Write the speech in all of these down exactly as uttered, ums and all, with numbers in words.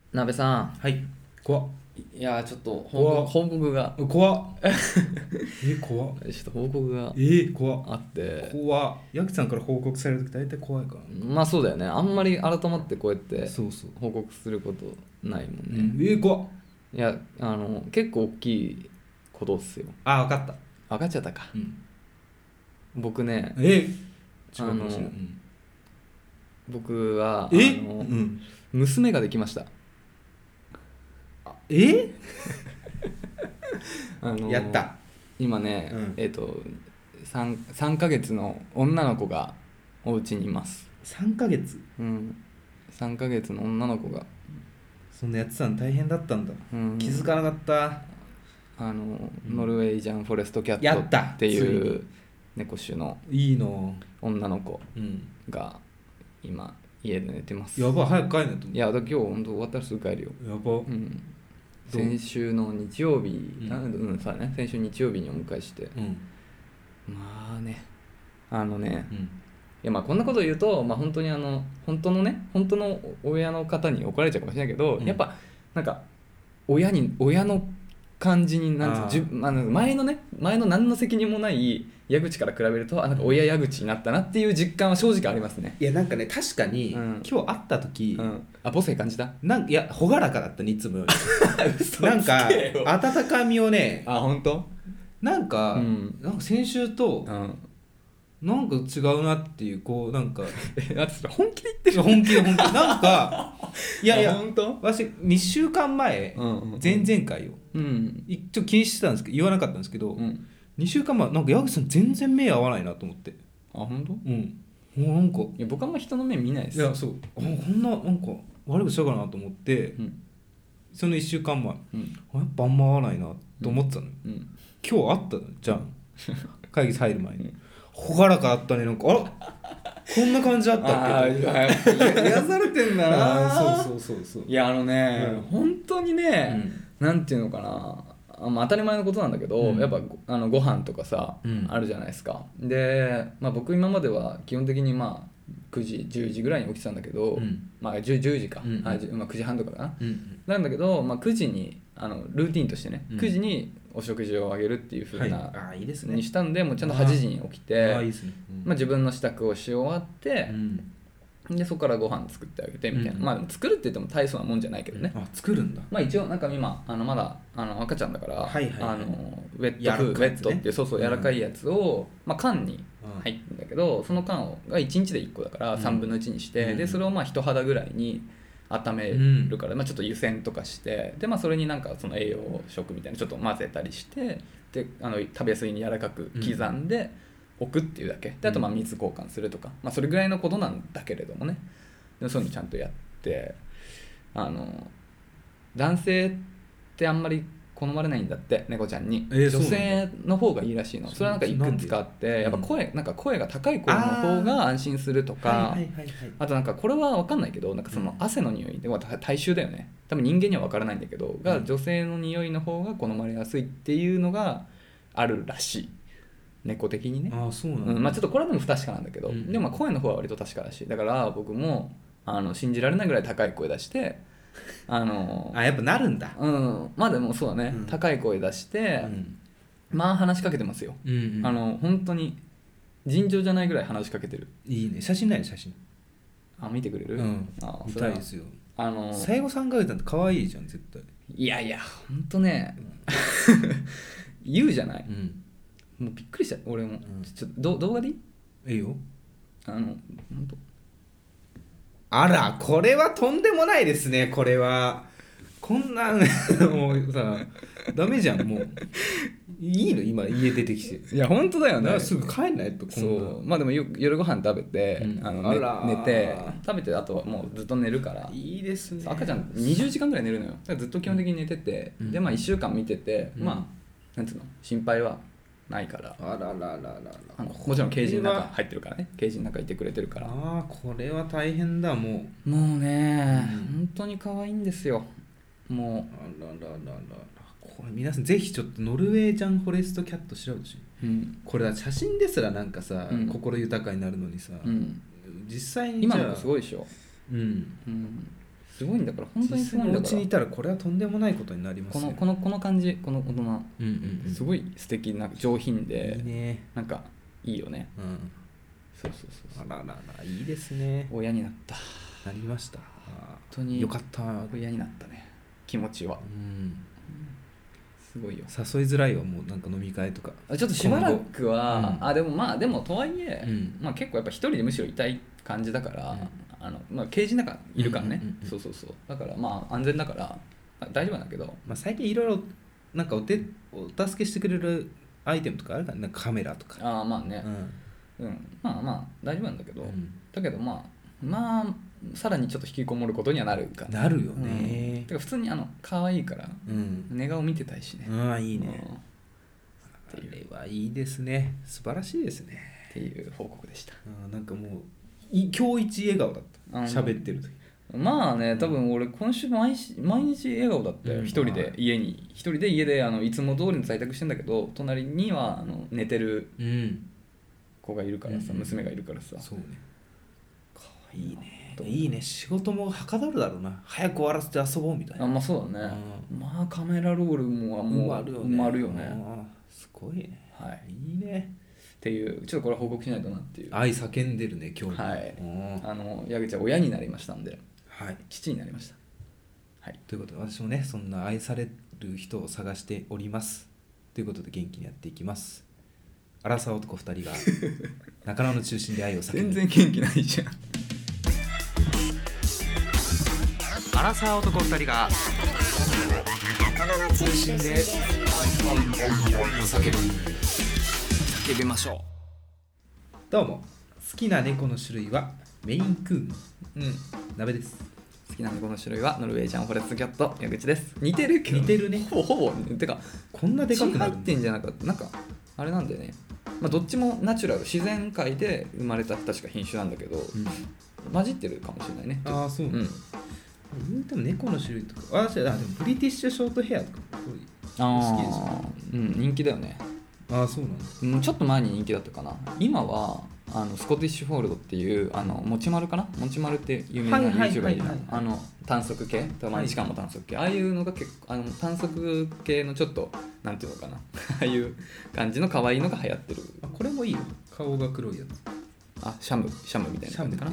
なべさん、 はい。怖っ。 いやーちょっと怖っ報告報告が怖っ。え、怖っ。 ちょっと報告がえー、怖っ。 あって、 怖っ。ヤクさんから報告されるとき大体怖いから。 まあそうだよね、あんまり改まってこうやってそうそう。 報告することないもんうん、 ね。 えー、怖っ。 いやあの結構大きいことっすよ。 あ、わかった。 分かっちゃったか。 うん。 僕ね、 えー、違あのうかもしれない。うん僕はあえの、 うん。 娘ができました。 あえあのやった。 今ね、 うんえっ、と 3, 3ヶ月の女の子がお家にいます。 さんかげつ。 うんさんかげつの女の子が、 そんなやってたの大変だったんだ。 うん、 気づかなかった。 あの、 うんノルウェージャンフォレストキャやったットっていつう猫種のいいの。 女の子うん。 が今家で寝てます。 やばい、早く帰んないと思いやだから今日本当終わったらすぐ帰るよ。 う。やば。 うん、 どう先週の日曜日、 うんあうんそうだね、先週日曜日にお迎えして、 うん。 まあねあのね、 うん。 いやまあこんなこと言うと、まあ、本当にあの本当のね本当の親の方に怒られちゃうかもしれないけど、 うんやっぱなんか親に親の感じになんていうのじゅあの前のね前の何の責任もない矢口から比べるとあなんか親矢口になったなっていう実感は正直ありますね。 いやなんかね確かに、 うん今日会った時、 うん、あ母性感じた。 なんいや朗らかだったねいつもより嘘つけよなんか温かみをねあ本当。 なんか、 うんなんか先週とうんなんか違うなっていうこうなんかえだってそれ本気で言ってる。 本気で本気でなんかいやいやあ本当。 私にしゅうかんまえ、 うんうんうん前々回をうんいちょっと気にしてたんですけど言わなかったんですけど、 うんにしゅうかんまえなんか矢口さん全然目合わないなと思ってあ本当。 うんもうなんかいや僕あんま人の目見ないです。 いやそうあこんななんか悪くしたかなと思ってうんそのいっしゅうかんまえうんあやっぱあんま合わないなと思ってたのよ、 うん今日会ったのじゃん会議入る前に朗らかだったねなんかあらこんな感じだったああっけやっぱ癒されてんだなあーそうそうそうそういやあのね、 うん本当にね、なんていうのかなあ、まあ、当たり前のことなんだけど、 うんやっぱごあのご飯とかさ、 うんあるじゃないですか。で、まあ、僕今までは基本的にまあくじじゅうじぐらいに起きてたんだけど、 うんまあ、じゅう, じゅうじか、 うんあじゅうまあ、くじはんとかかな、 うんうんなんだけど、まあ、くじにあのルーティンとしてね、 うんくじにお食事をあげるっていう風な、 はい、あーいいですねにしたんでもうちゃんとはちじに起きて、 あーいいですね、うんまあ、自分の支度をし終わってう、んでそこからご飯作ってあげてみたいな、 うんまあでも作るって言っても大層なもんじゃないけどね、 あ作るんだまあ一応なんか今あのまだあの赤ちゃんだから、 はいはいはいあのウェット柔らフー、ウかいやつねェットっていうそうそう柔らかいやつを、まあ、缶にうん入ってるんだけど、その缶をがいちにちでいっこだからうんさんぶんのいちにして、 うんでそれをまあ人肌ぐらいに温めるから、まあ、ちょっと湯煎とかしてで、まあ、それになんかその栄養食みたいなちょっと混ぜたりしてであの食べやすいに柔らかく刻んで置くっていうだけで、あとまあ水交換するとか、まあ、それぐらいのことなんだけれどもね、でそういうのちゃんとやってあの男性ってあんまり好まれないんだって猫ちゃんに、 えー女性の方がいいらしいの。それはなんかいくつかあってなんでやっぱ声なんか声が高い声の方が安心するとか、 はいはいはいはいあとなんかこれは分かんないけどなんかその汗の匂いでは体臭だよね多分人間には分からないんだけどが女性の匂いの方が好まれやすいっていうのがあるらしい猫的にね。 ああそうなんだ、 うんまあ、ちょっとこれはでも不確かなんだけど、 うんでもまあ声の方は割と確からしい。だから僕もあの信じられないぐらい高い声出してあのあやっぱなるんだうんまあでもそうだね、 うん高い声出して、 うんまあ話しかけてますよ、 うんうんあの本当に尋常じゃないぐらい話しかけてる。 いいね写真ないの写真あ見てくれる、 うんあ見それはたいですよあの最後さんかげつなんて可愛いじゃん絶対いやいやほんとね言うじゃない、 うんもうびっくりした俺も、 んちょっとど動画でいいいいよあのほんとあらこれはとんでもないですねこれはこんなもうさダメじゃんもういいの今家出てきていや本当だよねだからすぐ帰んないとこそんなうまあでもよ夜ご飯食べて、 うんあのねあらー寝て食べてあとはもうずっと寝るからいいですね赤ちゃんにじゅうじかんぐらい寝るのよ。だからずっと基本的に寝てて、 うんでまあいっしゅうかん見てて、 うんまあなんつうの心配はないからあらららららあのもちろんケージの中これは入ってるからねケージの中いてくれてるからああこれは大変だもうもうね、 うん本当に可愛いんですよもあらららららこれ皆さんぜひちょっとノルウェージャンフォレストキャット調べてほしい。 う、うんこれだ写真ですらなんかさ、 うん心豊かになるのにさ、 うん、 実際にじゃあ今の子すごいでしょ、 うんうん、 すごいんだから本当にすごいんだから。 実際のお家にいたらこれはとんでもないことになりますね。 このこのこの感じ、この大人、 うんうんうん、 すごい素敵な上品でいいね、 なんかいいよね。 うん、 そうそうそうそう。 あらららいいですね。 親になった。 なりました。 本当によかった。 親になったね。気持ちは。 うん。 すごいよ。 誘いづらいわもうなんか飲み会とか。 ちょっとしばらくは、 うん、 あでもまあでもとはいえ、 うん、まあ結構やっぱ一人でむしろいたい感じだから、うん、あのまあケージの中いるからね。そうそうそう。だからまあ安全だから、まあ、大丈夫なんだけど。 まあ最近いろいろなんかお手お助けしてくれるアイテムとかあるからね、なんかカメラとか。 ああまあね。うん、うん、まあまあ大丈夫なんだけど、うん、だけどまあまあさらにちょっと引きこもることにはなるかなるよね、 うん、てか普通にあの可愛いから、うん、寝顔見てたいしね。 ああいいね、うん、あれはいいですね、素晴らしいですねっていう報告でした。 あなんかもう今日一笑顔だった喋ってる時。 まあね、多分俺今週毎日毎日笑顔だったよ、うん、一人で家に一人で家であのいつも通りの在宅してんだけど、隣にはあの寝てる子がいるからさ、うん、娘がいるからさ、 そうね、かわいいね、いいね、仕事もはかどるだろうな、早く終わらせて遊ぼうみたいな。 あまあそうだね、うん、まあカメラロールももう埋まるよね、 すごいね、 はい、 いいねっていう、ちょっとこれ報告しないとなっていう。 愛叫んでるね今日。 はい、あの矢口は親になりましたんで、 はい、 父になりました。はい、 ということで私もねそんな愛される人を探しておりますということで元気にやっていきます。アラサー男ふたりが中野の中心で愛を叫ぶ。 全然元気ないじゃん。 アラサー男ふたりが中野の中心で愛を叫ぶ。 叫びましょう。どうも、好きな猫の種類はメインクーン、うん、鍋です。 好きな猫の種類はノルウェージャンフォレストキャット、矢口です。似てるけど似てるね、 ほぼほぼてかこんなでかくなる血入ってんじゃなかった、なんかあれなんだよね、まあ、どっちもナチュラル自然界で生まれた確か品種なんだけど、うん、混じってるかもしれないね。 ああそう、うん、言うても猫の種類とか、ああでもブリティッシュショートヘアとか好きですよね。 うん、人気だよね。 ああそうなんだ、 うん、ちょっと前に人気だったかな。今はあのスコティッシュフォールドっていうあのもちまるかな、もちまるって有名な YouTuber がいる、あの短足系、毎日間も短足系、ああいうのが結構あの短足系のちょっとなんていうのかなああいう感じの可愛いのが流行ってる。 あこれもいいよ、顔が黒いやつ。 あシャムシャムみたいな感じかな。うん、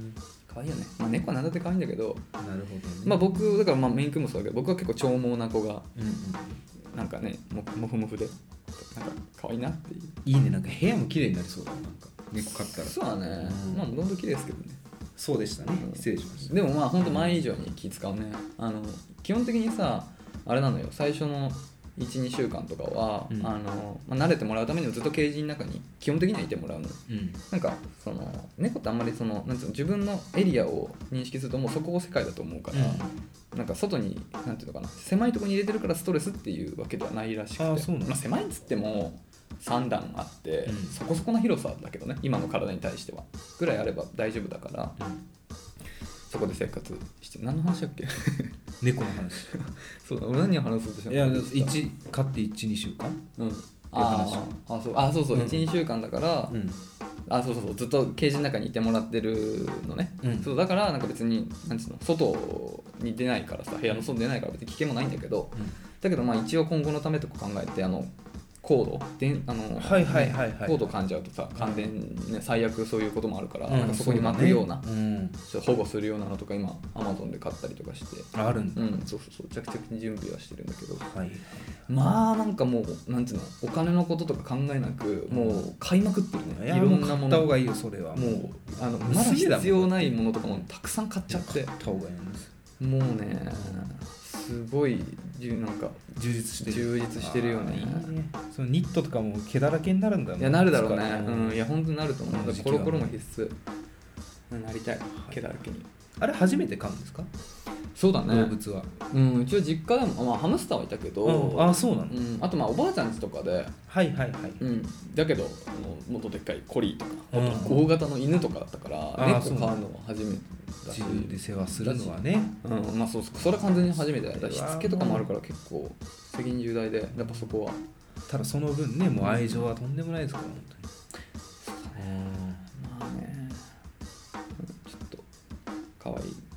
可愛いよね。まあ、猫はなんだって可愛いんだけど、 なるほど、ね、 まあ僕だからまあメインクもそうだけど、僕は結構長毛な子が、うんうん、なんかねももふもふでなんか可愛いなっていう。 いいね、なんか部屋も綺麗になりそうだな、なんか猫飼ったら。 そうだね、うん、まあもともと綺麗ですけどね。 そうでしたね、失礼しました。 でもまあ本当前以上に気使うね。あの基本的にさあれなのよ、最初の いち,に 週間とかは、うん、あのまあ、慣れてもらうためにもずっとケージの中に基本的にはいてもらうの、うん、なんかその猫ってあんまりそのなんつうの自分のエリアを認識するともうそこを世界だと思うから、うん、なんか外になんていうのかな、狭いところに入れてるからストレスっていうわけではないらしくて、あ、そうなん、まあ、狭いっつってもさん段あって、うん、そこそこな広さだけどね、今の体に対してはぐらいあれば大丈夫だから、うん、そこで生活して何の話だっけ猫の話そうだ、俺何を話そうとしたの。 いやいち飼って いち,に 週間、うん、 ああそうあそうそう、うん、いち,に 週間だから、うん、あそうそうそう、ずっとケージの中にいてもらってるのね、うん、そうだからなんか別になんつうの外に出ないからさ、部屋の外に出ないから別に危険もないんだけど、うん、だけどまあ一応今後のためとか考えて、あのコードであの、はいはいはいはい、コード噛んじゃうとさ感電、ね、最悪そういうこともあるから、うん、なんかそこに巻くような、う、ね、うん、ちょっと保護するようなのとか今アマゾンで買ったりとかしてあるんだ、 うん、そうそうそう、着々に準備はしてるんだけど、はい、まあなんかもうなんつうの、お金のこととか考えなくもう買いまくってるね、いろんなもの。 買った方がいいよそれは。 もうあのまだ必要ないものとかもたくさん買っちゃって、 買った方がいいんです。もうねすごいなんか充実してる充実してるよね。いいね。 そのニットとかも毛だらけになるんだもん。 いやなるだろうね。うん、いや本当になると思う。コロコロも必須。なりたい、毛だらけに。 あれ初めて飼うんですか？ そうだね。 動物は。 うん、一応実家でも、まあ、ハムスターはいたけど、 うん、ああそうなの、 うん、あとまあおばあちゃん家とかで、 はいはいはい、 うん、だけどあのもっとでっかいコリーとか、もっと大型の犬とかだったから、猫飼うのは初めてだし、 自分で世話するのはね、 うん、まあそうそれは完全に初めてだ。しつけとかもあるから結構責任重大で、やっぱそこは。 ただその分ね、もう愛情はとんでもないですから本当に。 そうだね。まあね、ちょっと可愛い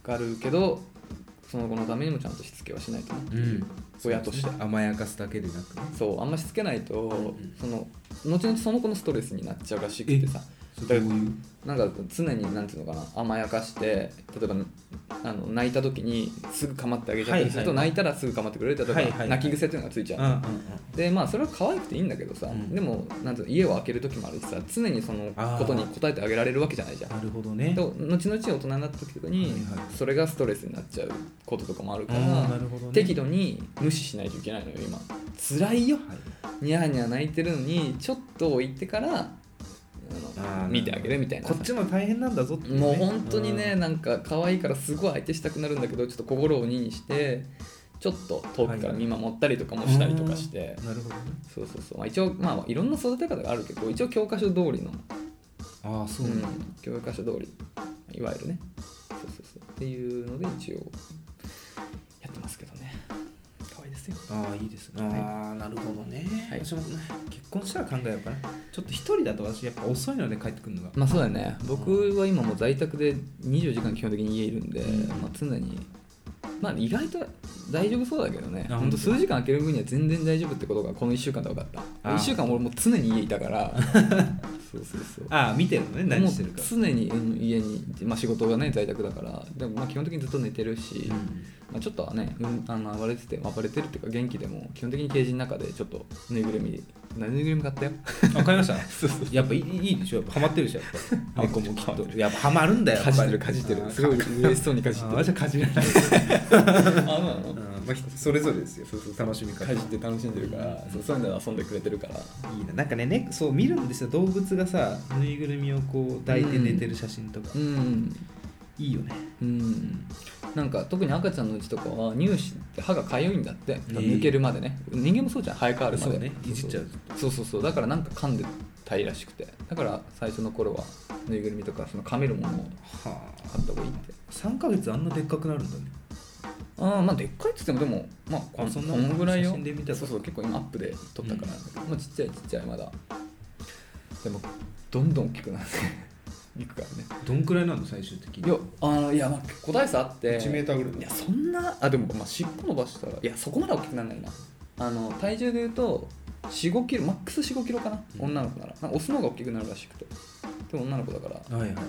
かるけどその子のためにもちゃんとしつけはしないとね、 うん、 親として、 ね、甘やかすだけでなくね、 そうあんましつけないと、うんうん、その後々その子のストレスになっちゃうらしくてさ、だからなんか常になんていうのかな甘やかして例えばあの泣いた時にすぐ構ってあげちゃったりすると、はいはい、泣いたらすぐ構ってくれる例えば、はいはいはい、泣き癖っていうのがついちゃう、うんうんうん、でまあそれは可愛くていいんだけどさ、うん、でもなんていうの家を空ける時もあるしさ常にそのことに応えてあげられるわけじゃないじゃん。 なるほどね。 後々大人になった時とかに、はいはい、それがストレスになっちゃうこととかもあるから、なるほどね、適度に無視しないといけないのよ今。辛いよ、はい、ニャーニャー泣いてるのにちょっと置いてから見てあげるみたいな。 こっちも大変なんだぞって、ね、 もう本当にねなんか可愛いからすごい相手したくなるんだけどちょっと心を鬼にしてちょっと遠くから見守ったりとかもしたりとかして、はい、 なるほどね。 そうそうそう、まあ、一応まあいろんな育て方があるけど一応教科書通りのああそうなんだ、うん、 教科書通りいわゆるねそうそうそうっていうので一応やってますけどね。可愛いですよ。 ああいいですね。ああなるほどね、はい、私もね結婚したら考えようかな。ちょっと一人だと私やっぱ遅いので帰ってくるのがまあそうだよね。僕は今も在宅でにじゅうよじかん基本的に家いるんで、うんまあ、常にまあ意外と大丈夫そうだけどね。ほんと数時間空ける分には全然大丈夫ってことがこのいっしゅうかんで分かった。いっしゅうかん俺もう常に家いたからそうそうそうああ見てるのね何してるか。 常に家に、まあ、仕事がね在宅だからでもまあ基本的にずっと寝てるし、うんまあ、ちょっとはね、うん、あの暴れてて暴れてるっていうか元気でも基本的にケージの中でちょっとぬいぐるみぬいぐるみ買ったよ。 あ買いましたそうそうやっぱいい、いいでしょやっぱハマってるでしょやっぱ猫もきっとやっぱハマるんだよ。 かじってるかじってるすごい嬉しそうにかじってる。 あじゃかじらないあのまあ、それぞれですよ。そうそう楽しみ方かじって楽しんでるから、うん、そうそういうので遊んでくれてるからいいな。なんかねねそう見るんですよ動物がさぬいぐるみをこう抱いて寝てる写真とか、うんうん、いいよね。 うんなんか特に赤ちゃんのうちとかは乳歯って歯がかゆいんだって、えー、抜けるまでね。人間もそうじゃん生え変わるまでそうねいじっちゃう。 そうそうそうだからなんか噛んでたいらしくてだから最初の頃はぬいぐるみとかその噛めるものを買った方がいいって。 さんかげつあんなでっかくなるんだね。 あまあでっかいって言ってもでもまあこんそんなこんぐらいよ。 写真で見たそうそう結構今アップで撮ったから、うん、まあちっちゃいちっちゃいまだでもどんどん大きくなっていくからね。 どんくらいなの最終的に。 いやあのいやまあ個体差あっていちメーターぐらい。 いやそんなあでもまあ尻尾伸ばしたらいやそこまで大きくならないな。あの体重でいうと よんごキロマックス よんごキロかな、うん、女の子ならなんかオスの方が大きくなるらしくてでも女の子だから、はいはいはい、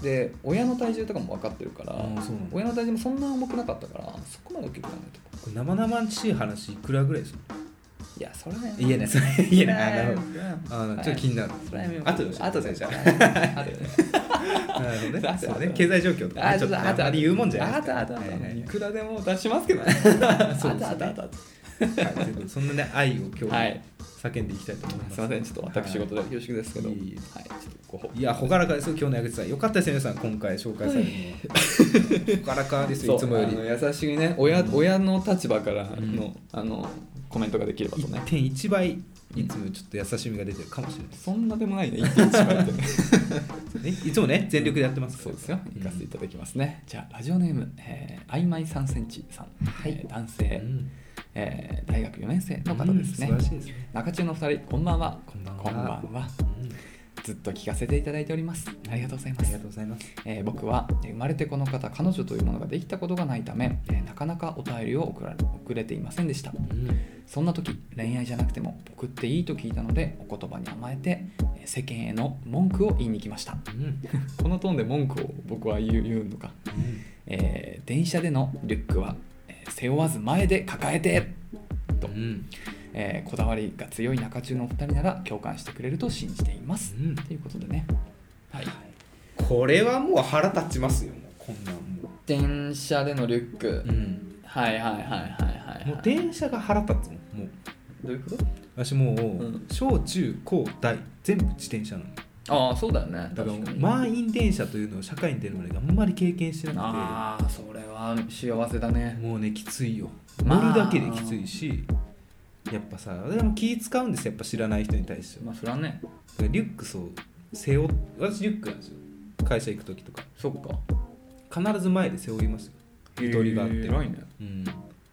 で親の体重とかも分かってるから親の体重もそんな重くなかったからそこまで大きくならないと。 これ生々しい話いくらぐらいですか。 いやそれはね言えないそれ言えないあのあのちょっと気になる。 それはやめよう。 あとであとでじゃああとでねなるほどね経済状況とかちょっとあとあれ言うもんじゃないですか。 あとあといくらでも出しますけどねそうですね。あとあとあとそんなね愛を今日叫んでいきたいと思います。 すみませんちょっと私事で恐縮ですけど、はい、 いやほがらかですよ今日の矢口さん。よかったですよ皆さん今回紹介されるのはほがらかですよいつもより。 優しいね 親, 親の立場からの、うん、あのコメントができればとねいってんいち 倍いつもちょっと優しみが出てるかもしれない。 そんなでもないね いってんいち 倍ってねいつもね全力でやってますから。 そうですよ行かせていただきますね、うん、じゃあラジオネーム、えー、あいまいさんセンチさん、はいえー、男性、うんえー、大学よねん生の方ですね、うん、素晴らしいですね。中中のふたりこんばんは。 こんばんは。 こんばんは、うん、ずっと聞かせていただいております。ありがとうございます。 ありがとうございます、 えー、僕は生まれてこの方彼女というものができたことがないため、えー、なかなかお便りを送ら送れていませんでした、うん、そんな時恋愛じゃなくても送っていいと聞いたのでお言葉に甘えて世間への文句を言いに来ました、うん、このトーンで文句を僕は言う、言うのか、うんえー、電車でのリュックは背負わず前で抱えてと、うんえー、こだわりが強い中中のお二人なら共感してくれると信じています、うん、ということでね、はい、 これはもう腹立ちますよ。こんなんもう電車でのリュック、うん、はいはいはいはいはい、 もう電車が腹立つもん。もうどういうこと。 私もう、うん、小中高大全部自転車なの。 ああそうだよね。 だから満員電車というのを社会に出るまであんまり経験してなくて。 ああそれは幸せだね。 もうねきついよ。乗るだけできついし、やっぱさでも気使うんですよやっぱ知らない人に対して。 まあそれはね。 リュックそう背負私リュックなんですよ会社行く時とか。 そっか。 必ず前で背負いますよ。ゆとりがあって。 偉いね。 うん。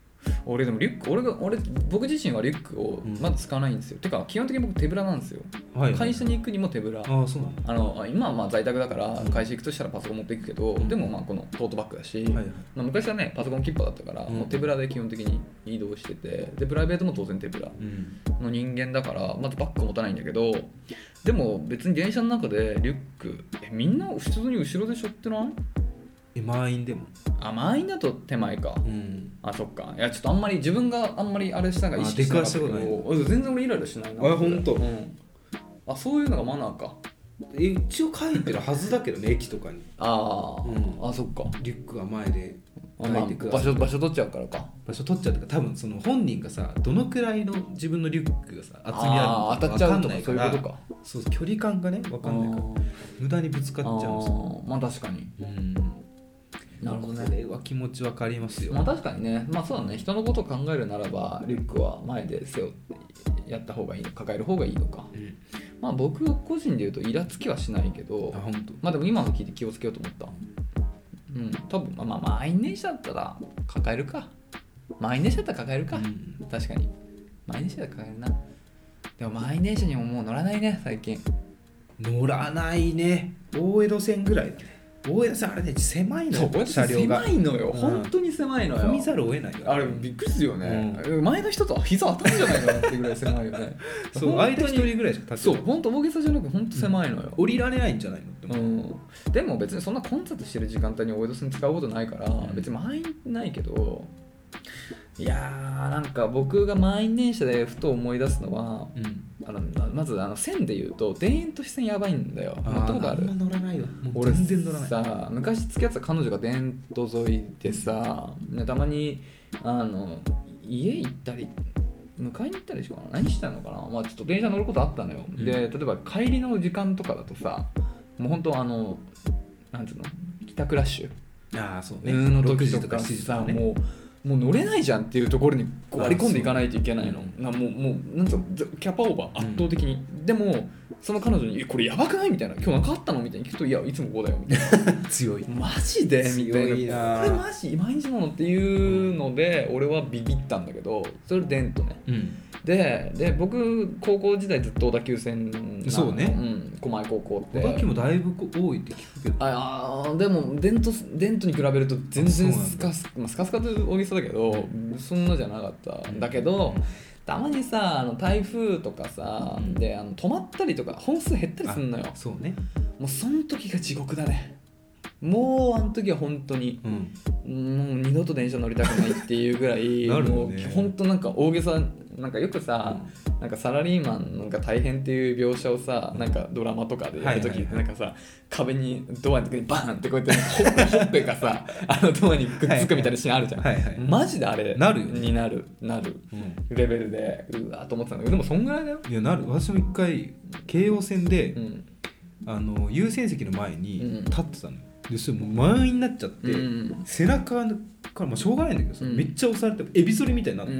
俺でもリュック俺が俺僕自身はリュックをまだ使わないんですよ、うん、てか基本的に僕手ぶらなんですよ、はいはい、会社に行くにも手ぶら。 あそうなの。 あの今はまあ在宅だから会社行くとしたらパソコン持っていくけど、うん、でもまあこのトートバッグだし、はいはい、まあ、昔はねパソコンキッパーだったから、うん、もう手ぶらで基本的に移動してて、でプライベートも当然手ぶらの人間だからまずバッグ持たないんだけど、でも別に電車の中でリュックえみんな普通に後ろで背負ってない？ え満員でもあ満員だと手前か、うん、あそっか。いやちょっとあんまり自分があんまりあれしたが意識してなかったけど全然俺イライラしないな。 あ本当、 うん、あそういうのがマナーか。 一応書いてるはずだけどね駅とかに。 あ、うん、あそっか。 リュックが前で書いてください、まあ、場所場所取っちゃうからか。 場所取っちゃうとか多分その本人がさどのくらいの自分のリュックがさ厚みあるのか分かんないから、そういうことか。そう距離感がね分かんないから無駄にぶつかっちゃうんですよ。 まあ確かに。うんなるほどね。 これは気持ち分かりますよ。 まあ確かにね。まあそうだね。人のことを考えるならばリュックは前で背負ってやった方がいいの、抱える方がいいのか。うん、まあ僕個人で言うとイラつきはしないけど、 あ本当。 まあでも今の聞いて気をつけようと思った。うん、多分まあまあ満員電車だったら抱えるか。満員電車だったら抱えるか。うん、確かに。満員電車だったら抱えるな。でも満員電車にももう乗らないね最近。 乗らないね。大江戸線ぐらいだね。大江戸線あれね狭いのよ。 車両が狭いのよ、うん、本当に狭いのよ。 踏みざるを得ないよ。 あれびっくりするよね、うん、前の人と膝当たるんじゃないかなってぐらい狭いよねそう間一人ぐらいしか立ってない。 そう本当大げさじゃなくて本当狭いのよ、 うん、降りられないんじゃないの。 うん、でも別にそんな混雑してる時間帯に大江戸線使うことないから、うん、別に満員ないけど、いやーなんか僕が満員電車でふと思い出すのは、うん、あのまずあの線で言うと田園都市線やばいんだよ。乗ったことある？ あんま乗らないわ。もう俺全然乗らない。 さ昔付き合ってた彼女が田園都沿いでさ、たまにあの家行ったり迎えに行ったりしか何したのかな、まあちょっと電車乗ることあったのよ、うん、で例えば帰りの時間とかだとさもう本当あのなんつうの帰宅ラッシュあそうねの時とかさ、ね、もうもう乗れないじゃんっていうところに割り込んでいかないといけないの。なもうもうなんつうのキャパオーバー圧倒的に、うん、でもその彼女にこれやばくないみたいな、今日なんかあったのみたいに聞くといやいつもこうだよみたいな強いマジでみたいな、 これマジ毎日なのっていうので、うん、俺はビビったんだけどそれでんとね、うん、でで僕高校時代ずっと小田急線なの。 そうね、 うん、狛江高校って小田急もだいぶ多いって聞くけど、 あでもデントデントに比べると全然スカスカ、まあ、スカスカと大げさだけど、うん、そんなじゃなかったんだけど、うん、たまにさあの台風とかさ、うん、であの止まったりとか本数減ったりするのよ。 そうね。 もうその時が地獄だね。もうあの時は本当に、うん、もう二度と電車乗りたくないっていうぐらいなるもう本当なんか大げさなんかよくさ、うん、なんかサラリーマンが大変っていう描写をさなんかドラマとかでやるとき、はいはいはい、なんかさ壁にドアのとこにバーンってこうやってほっぺがさあのドアにくっつくみたいなシーンあるじゃん、はいはいはい、マジであれなるよ、ね、 になるなる、うん、レベルでうわーと思ってたんだけどでもそんぐらいだよ。 いやなる。私も一回京王線で、うん、あの優先席の前に立ってたのよ、うん、でそれもう満員になっちゃって、うん、背中から、まあ、しょうがないんだけどさ、うん、めっちゃ押されてエビ反りみたいになって、うん、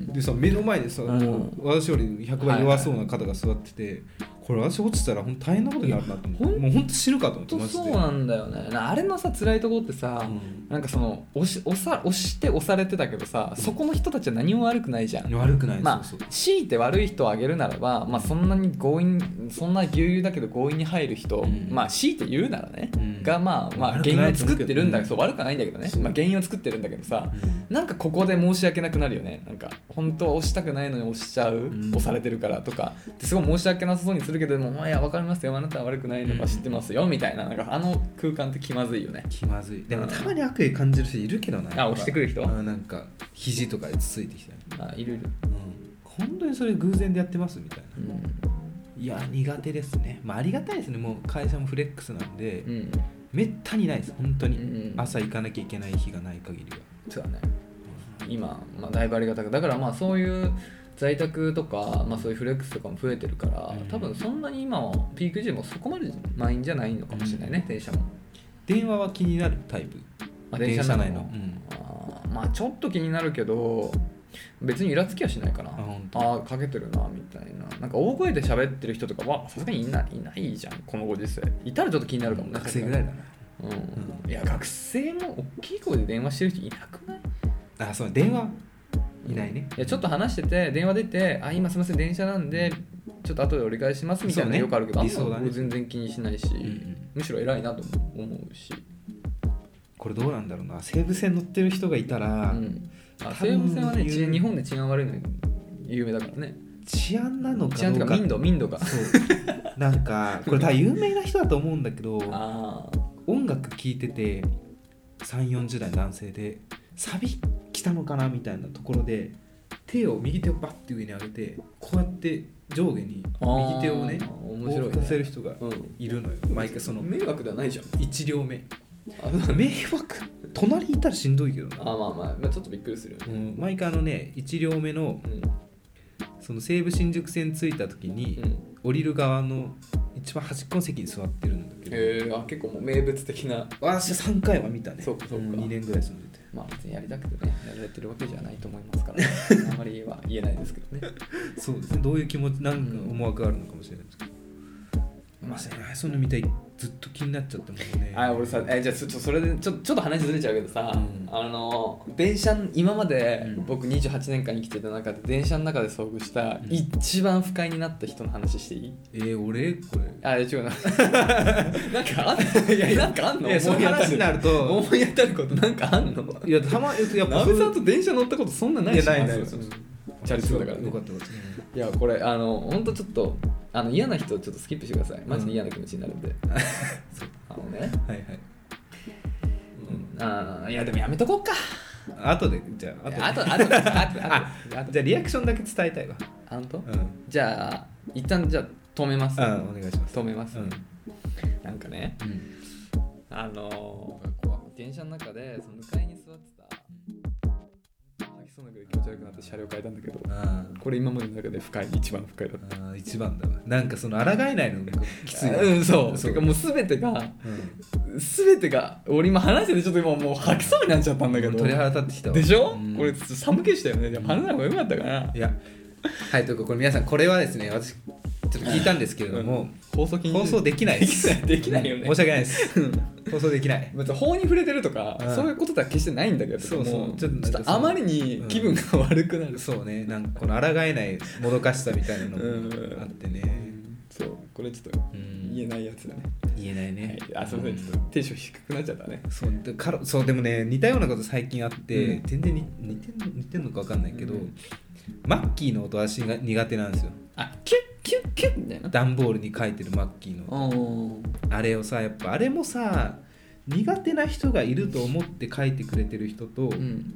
でさ目の前でさ、うん、もう私よりひゃくばい弱そうな方が座ってて、はいはい、これ私落ちたら本当大変なことになるなと思って、もう本当死ぬかと思ってマジで。 そうなんだよね。あれのさ辛いところってさ、うん、なんかその押し、押さ、押して押されてたけどさ、うん、そこの人たちは何も悪くないじゃん。 悪くない。 まあ、そうそう強いて悪い人を挙げるならば、まあ、そんなに強引そんなぎゅうぎゅうだけど強引に入る人、うん、まあ強いて言うならね、うん、がまあまあ原因を作ってるんだけど、そう悪くはないんだけどね、まあ、原因を作ってるんだけどさ、うん、なんかここで申し訳なくなるよね。なんか本当は押したくないのに押しちゃう、うん、押されてるからとかすごい申し訳なさそうにするけども、まあ、いや分かりますよあなたは悪くないのか知ってますよみたいな、なんかあの空間って気まずいよね。 気まずい。でもたまに悪意感じる人いるけどな。 あ押してくる人、 あなんか肘とかでつついてきたり、 あいるいる、 うん、本当にそれ偶然でやってますみたいな、うん、いや苦手ですね。まあありがたいですね。もう会社もフレックスなんで、うん、めったにないです本当に、うん、朝行かなきゃいけない日がない限りは。 そうだね、うん、今、まあ、だいぶありがたくだからまあそういう在宅とか、まあ、そういうフレックスとかも増えてるから、うん、多分そんなに今はピーク時もそこまで満員じゃないのかもしれないね、うん、電車も。 電話は気になるタイプ？ あ電車内の、うん、あまあちょっと気になるけど別にイラつきはしないかな。ああかけてるなみたいな。なんか大声で喋ってる人とかはさすがにいない、いないじゃんこのご時世。いたらちょっと気になるかもね。 学生ぐらいだな、 うんうん、いや学生も大きい声で電話してる人いなくない？ あそう電話いないね。 いやちょっと話してて電話出てあ今すみません電車なんでちょっと後で折り返しますみたいなのよくあるけど、 理想だね、 全然気にしないし、うんうん、むしろ偉いなと思うし。 これどうなんだろうな、西武線乗ってる人がいたら、うん、 あ西武線はね日本で治安悪いの有名だからね。 治安なのかどうか、 治安とか民度民度がそうなんかこれ多分有名な人だと思うんだけどあ音楽聴いててさんじゅう、よんじゅう代男性でサビ来たのかなみたいなところで手を右手をバッて上に上げてこうやって上下に右手をね往復させる人がいるのよ、うん、毎回その迷惑ではないじゃん。 いち両目迷惑隣いたらしんどいけどな。 あまあまあ、まあ、ちょっとびっくりするよね、 うん、毎回あのねいち両目の、うん、その西武新宿線着いた時に、うん、降りる側の一番端っこの席に座ってるんだけど、 へー、あ結構もう名物的な。 私はさんかいは見たね。 そうかそうか、うん、 にねんぐらい住んでて、 まあ別にやりたくてねやられてるわけじゃないと思いますからねあまりは言えないですけどねそうですね、どういう気持ちなんか思惑があるのかもしれないですけど、うん、まあそういうの見たいずっと気になっちゃったもんね。 あ俺さえじゃあちょっとそれでちょちょっと話ずれちゃうけどさ、うん、あの電車今まで僕にじゅうはちねんかん生きてた中で電車の中で遭遇した一番不快になった人の話していい？ えー、俺これあ違うななんかあんの？いやなんかあんの？ いやそういう話になると思い当たることなんかあんの？ いやたまやっぱなべさんと電車乗ったことそんなないし。 いやないないです。 チャリ通だからね。 よかったよかった。 いやこれあの本当ちょっとあの嫌な人ちょっとスキップしてください。マジで嫌な気持ちになるんで。うん、あのね。はいはい。うん、あいやでもやめとこうか。 後でじゃあ後で後後で後であじゃあリアクションだけ伝えたいわ。 あ本当？ うん。 じゃあ一旦じゃあ止めます。 うんお願いします。 止めます。 うん。 なんかね。うん、あの電車の中でその向かいに座ってた。そうなぐらい気持ち悪くなって車両変えたんだけど、これ今までの中で深い一番深いだった。 あ一番だわ。なんかその抗えないのがきつい。 うんそうそうかもう全てが、うん、全てが俺今話しててちょっと今もう吐きそうになっちゃったんだけど。 鳥肌立ってきたわ。 でしょ？うん、これ寒気したよね。でも話した方が良かったかな。 いやはいというかこれ皆さんこれはですね私ちょっと聞いたんですけれども、 うん、放送放送できないです。 できないよね。 申し訳ないです。放送できない。 別に法に触れてるとか、うん、そういうこととは決してないんだけど、 そうそうちょっとあまりに気分が悪くなる。 うん、そうね、なんかこの抗えないもどかしさみたいなのもあってね。うん、 そうこれちょっと言えないやつだね。 言えないね。 はい、あすみません、ちょっとテンション低くなっちゃったね。 そうでかそうでもね似たようなこと最近あって、うん、全然似てん似てんのか分かんないけど、うん、マッキーの音私が苦手なんですよ。 あキュッキュッキュッみたいな。 段ボールに書いてるマッキーの音。あれをさやっぱあれもさ苦手な人がいると思って書いてくれてる人と、うん、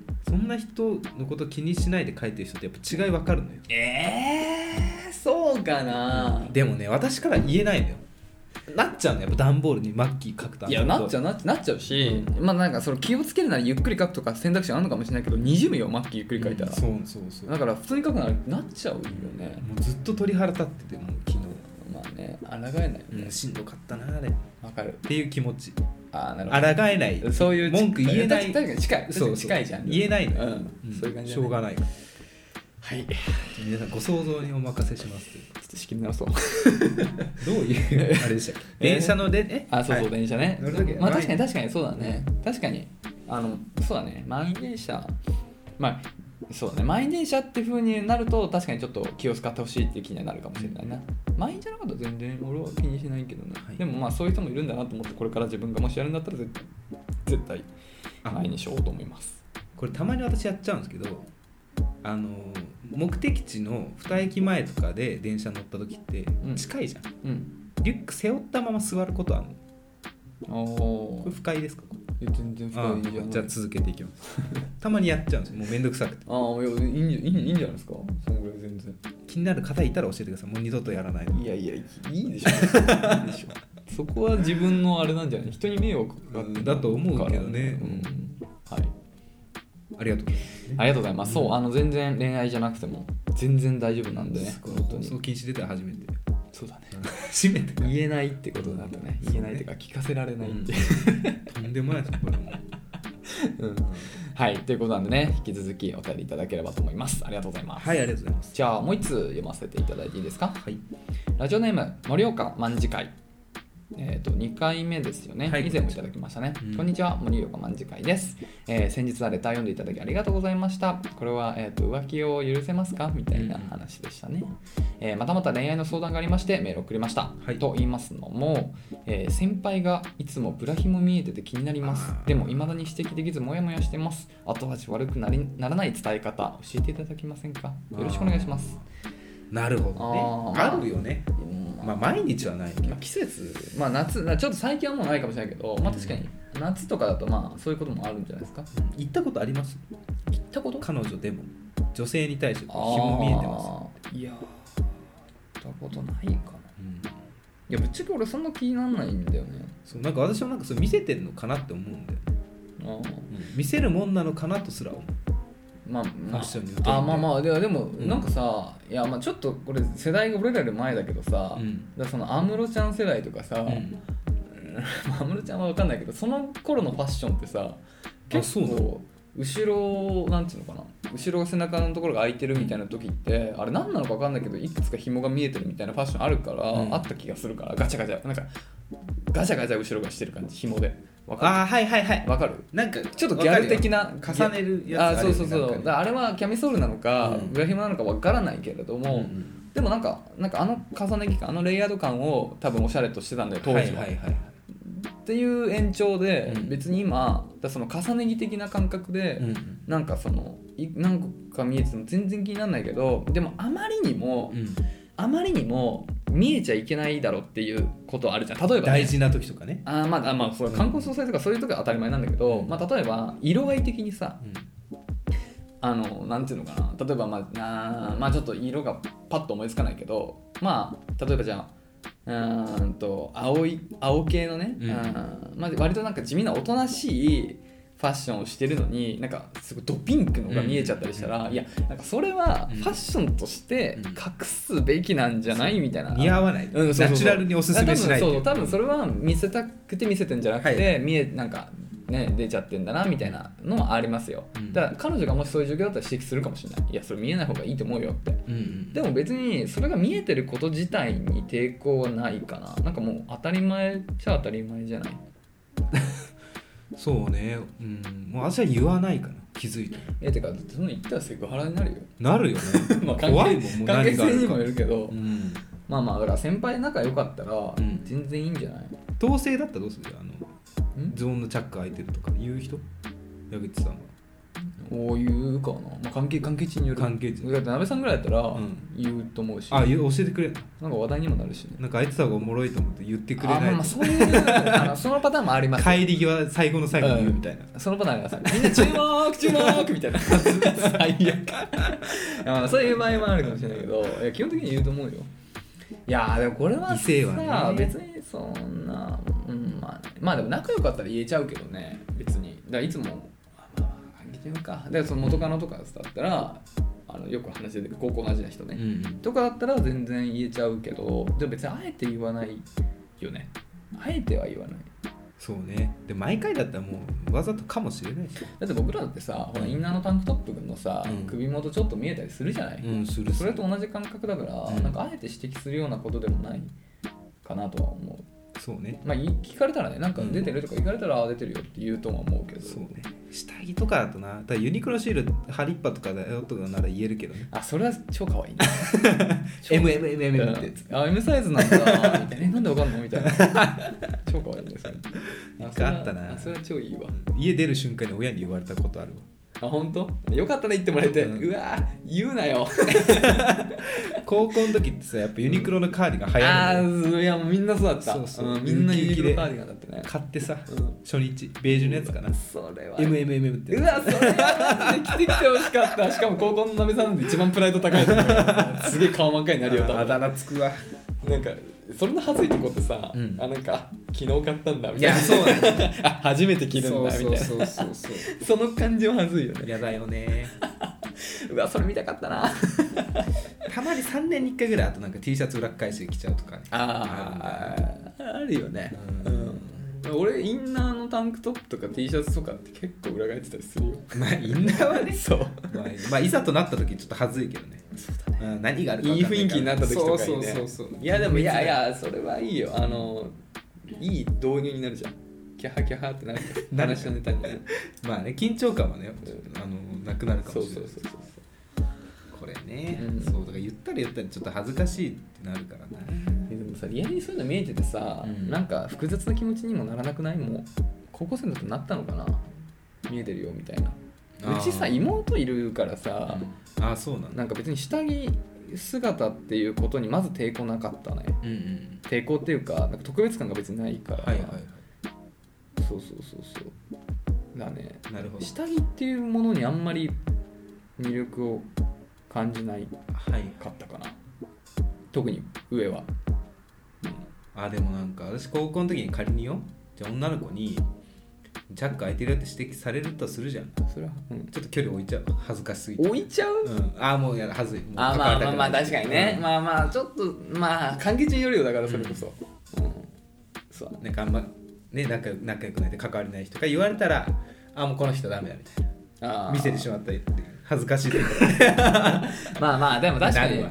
そんな人のこと気にしないで書いてる人ってやっぱ違い分かるのよ。 えー、そうかな、 うん、でもね私から言えないのよ。なっちゃうのやっぱ段ボールにマッキー書くと。 いやなっちゃうなっちゃうなっちゃうし、うん、まあなんかその気をつけるならゆっくり書くとか選択肢あるのかもしれないけどにじゅうみよマッキーゆっくり書いたら、うん、 そうそうそうだから普通に書くならなっちゃうよね。 もうずっと鳥肌立っててもう昨日まあね抗えないよね、 うん、しんどかったなあれわかるっていう気持ち。 あなるほど抗えないそういう文句言えない。 確かに近いそうそう近いじゃん言えないの、 うんうん、そういう感じ、ね、 しょうがない。 はい皆さんご想像にお任せします。 ちょっと仕切り直そうどういうあれでしたっけ電車のでえあそうそう、はい、電車ね乗る時まあ確かに確かにそうだね確かにあのそうだね満員電車まあそうだね満員電車っていう風になると確かにちょっと気を使ってほしいっていう気にはなるかもしれないな。満員じゃなかったら全然俺は気にしないけどね、はい、でもまあそういう人もいるんだなと思ってこれから自分がもしやるんだったら絶対絶対満員にしようと思います。 これたまに私やっちゃうんですけどあの目的地のに駅前とかで電車乗った時って近いじゃん、うん、リュック背負ったまま座ることあるの。これ不快ですか？ いや全然不快じゃん。 じゃあ続けていきますたまにやっちゃうんですよもうめんどくさくて。 ああいやいいんじゃいい、いいんじゃないですかそのぐらい全然。 気になる方いたら教えてください。もう二度とやらないの。 いやいやいいでしょいいでしょそこは自分のあれなんじゃない人に迷惑かかってだと思うけどね、うん、 はいありがとうございます、ね、 ありがとうございます、うん、そうあの全然恋愛じゃなくても全然大丈夫なんでね本当にそう禁止出たら初めて。 そうだね初めて言えないってことなんだね。言えないっていうか聞かせられないって、 うん、とんでもないですこれもうん、はいということなんでね引き続きお便りいただければと思います。ありがとうございます。 はいありがとうございます。 じゃあもう一つ読ませていただいていいですか。 はい。 ラジオネーム盛岡卍会えー、とにかいめですよね、 はい、 以前もいただきましたね、 うん、 こんにちは、森岡卍会です、えー、先日はレター読んでいただきありがとうございました。これは、えー、と浮気を許せますかみたいな話でしたね、えー、またまた恋愛の相談がありましてメールを送りました、はい、と言いますのも、えー、先輩がいつもブラヒも見えてて気になります。でも未だに指摘できずモヤモヤしてます。後味悪くなりならない伝え方教えていただけませんか。よろしくお願いします。 なるほどね。 あ, あるよね、うん、まあ毎日はないけど、 まあ、季節、まあ夏、ちょっと最近はもうないかもしれないけど、まあ確かに夏とかだとまあそういうこともあるんじゃないですか。 行ったことあります？ 行ったこと？ 彼女でも女性に対して紐見えてます。 いや行ったことないかな、うん、いやぶっちゃけ俺そんな気にならないんだよね。 そうなんか私はなんかそれ見せてるのかなって思うんだよ。あ、うん、見せるもんなのかなとすら思う。 まあまあ、 あまあまあでも、でもなんかさ、うん、いやまあちょっとこれ世代が俺らより前だけどさ、うん、だその安室ちゃん世代とかさ、うん、安室ちゃんは分かんないけどその頃のファッションってさ結構後ろなんていうのかな、後ろが背中のところが開いてるみたいな時ってあれ何なのか分かんないけどいくつか紐が見えてるみたいなファッションあるから、うん、あった気がするからガチャガチャなんかガチャガチャ後ろがしてる感じ紐で。 ああはいはいはいわかる。 なんかちょっとギャル的な重ねるやつあるよね。 あそうそうそう、ね、だあれはキャミソールなのか、 うん、 ブラヒモなのかわからないけれども、うんうん、でもなんかなんかあの重ね着感あのレイヤード感を多分おしゃれとしてたんだよ当時は、はいはいはい、っていう延長で、うん、別に今だその重ね着的な感覚で、うん、なんかその何個か見えてても全然気にならないけどでもあまりにも、うんあまりにも見えちゃいけないだろっていうことあるじゃん。例えば、ね、 大事な時とかね。 あまあまあそう観光総裁とかそういう時は当たり前なんだけど、うん、まあ例えば色合い的にさ、うん、あのなんていうのかな例えばまああまあちょっと色がパッと思いつかないけどまあ例えばじゃあうーんと青い青系のね、うんあまあ割となんか地味なおとなしいファッションをしてるのになんかすごいドピンクのが見えちゃったりしたら、うん、いやなんかそれはファッションとして隠すべきなんじゃないみたいな、 似合わない、うん、そうそうそうナチュラルにおすすめしない。 多分そう多分それは見せたくて見せてんじゃなくて、はい、見えなんかね出ちゃってんだなみたいなのはありますよ、うん、だから彼女がもしそういう状況だったら指摘するかもしれない。いやそれ見えない方がいいと思うよって、うんうん、でも別にそれが見えてること自体に抵抗はないかな。なんかもう当たり前っちゃ当たり前じゃないそうね、うん、もう私は言わないかな気づいて。 えてかその言ったらセクハラになるよ。 なるよねまあ怖いもんもう関係性にもよるけど、うん、まあまあだから先輩仲良かったら全然いいんじゃない、うん、 同性だったらどうする？あのズボンのチャック開いてるとか言う人？矢口さんはお言うかな、まあ、関係関係値による。 関係値だって鍋さんぐらいだったら言うと思うし、うん、 あ教えてくれるなんか話題にもなるし、ね、 なんかあいつらがおもろいと思って言ってくれない。あ、まあ、まあそういうあのそのパターンもあります。 帰り際最後の最後に言うみたいな、 うん、そのパターンあります。みんな注目注目みたいな最悪まあそういう場合もあるかもしれないけどいや基本的に言うと思うよ。いやでもこれはさ、は、ね、別にそんな、うんまあ、まあでも仲良かったら言えちゃうけどね別に。だからいつもかでその元カノとかだったらあのよく話してる高校の味な人ね、うんうん、とかだったら全然言えちゃうけどでも別にあえて言わないよね。あえては言わない。 そうね。で毎回だったらもうわざとかもしれないし。 だって僕らだってさ、うん、ほらインナーのタンクトップのさ、うん、首元ちょっと見えたりするじゃない、 うん、するそれと同じ感覚だから、うん、なんかあえて指摘するようなことでもないかなとは思う。 そうね。 まあ聞かれたらねなんか出てるとか聞かれたら出てるよって言うとは思うけど、 そうね。下着とかだとな、だからユニクロシールハリッパとかだよとかなら言えるけどね。 あそれは超可愛いねエムエムエムエム ってやつ、 あ M サイズなんだみたいななんでわかんのみたいな超可愛いねそれ。 あそれあったな。 それは超いいわ。 家出る瞬間に親に言われたことあるわ。 あ本当？よかったね言ってもらえて、うん、うわ言うなよ高校の時ってさやっぱユニクロのカーディガン流行るの、 うん、あいやもうみんなそうだった。 そうそう、 うん、みんなユニクロカーディガンだってね買ってさ、うん、初日ベージュのやつかな、 それはエムエムエム ってうわそれはマジで着てきてほしかったしかも高校のなべさんで一番プライド高いすげえ顔真っ赤になるよ多分。 あだ名つくわ。 なんかそれの恥ずいとこってさ、うん、あなんか昨日買ったんだみたいな。いやそうだねあ初めて着るんだみたいな。 そうそうそうそうその感じは恥ずいよね。 やだよねうわそれ見たかったなたまにさんねんにいっかいぐらいあとなんか T シャツ裏返して着ちゃうとかね。 あああるよね、うんうん、俺インナーのタンクトップとか T シャツとかって結構裏返ってたりするよ。 まあインナーはねそう、 まあ、まあいざとなった時ちょっと恥ずいけどね。 そうだね、 うん、何があるか分かんないからいい雰囲気になった時とかにね。 そうそうそうそう。 いやでもいやいやそれはいいよ。あのいい導入になるじゃん。キャハキャハってなる話のネタにねまあね緊張感はねあのなくなるかもしれない。 そうそうそうそうこれね、 うん、 そうだから言ったら言ったらちょっと恥ずかしいってなるからな。 でもさリアルにそういうの見えててさ、うん、なんか複雑な気持ちにもならなくない？もう高校生だとなったのかな、見えてるよみたいな。うちさ妹いるからさ、 うん、あそうなんだ。 なんか別に下着姿っていうことにまず抵抗なかったね、うんうん、抵抗っていうか、なんか特別感が別にないから、はいはいはい、そうそうそうそうだね。 なるほど。 下着っていうものにあんまり魅力を感じないかったかな、はい、特に上は、 うん、あでもなんか私高校の時に仮によ、じゃあ女の子にチャック開いてるって指摘されるとするじゃん。それは、うん、ちょっと距離置いちゃう。恥ずかしすぎて置いちゃう、 うん、ああもうやだ恥ずい。 あまあまあまあ確かにね、うん、まあまあちょっとまあ関係値によるよ。だからそれこそ、うんうん、 そうね、頑張ね仲仲良くないで関わりない人が言われたら、あもうこの人ダメだみたいな、見せてしまったり恥ずかしいというかまあまあでも確かに、うん、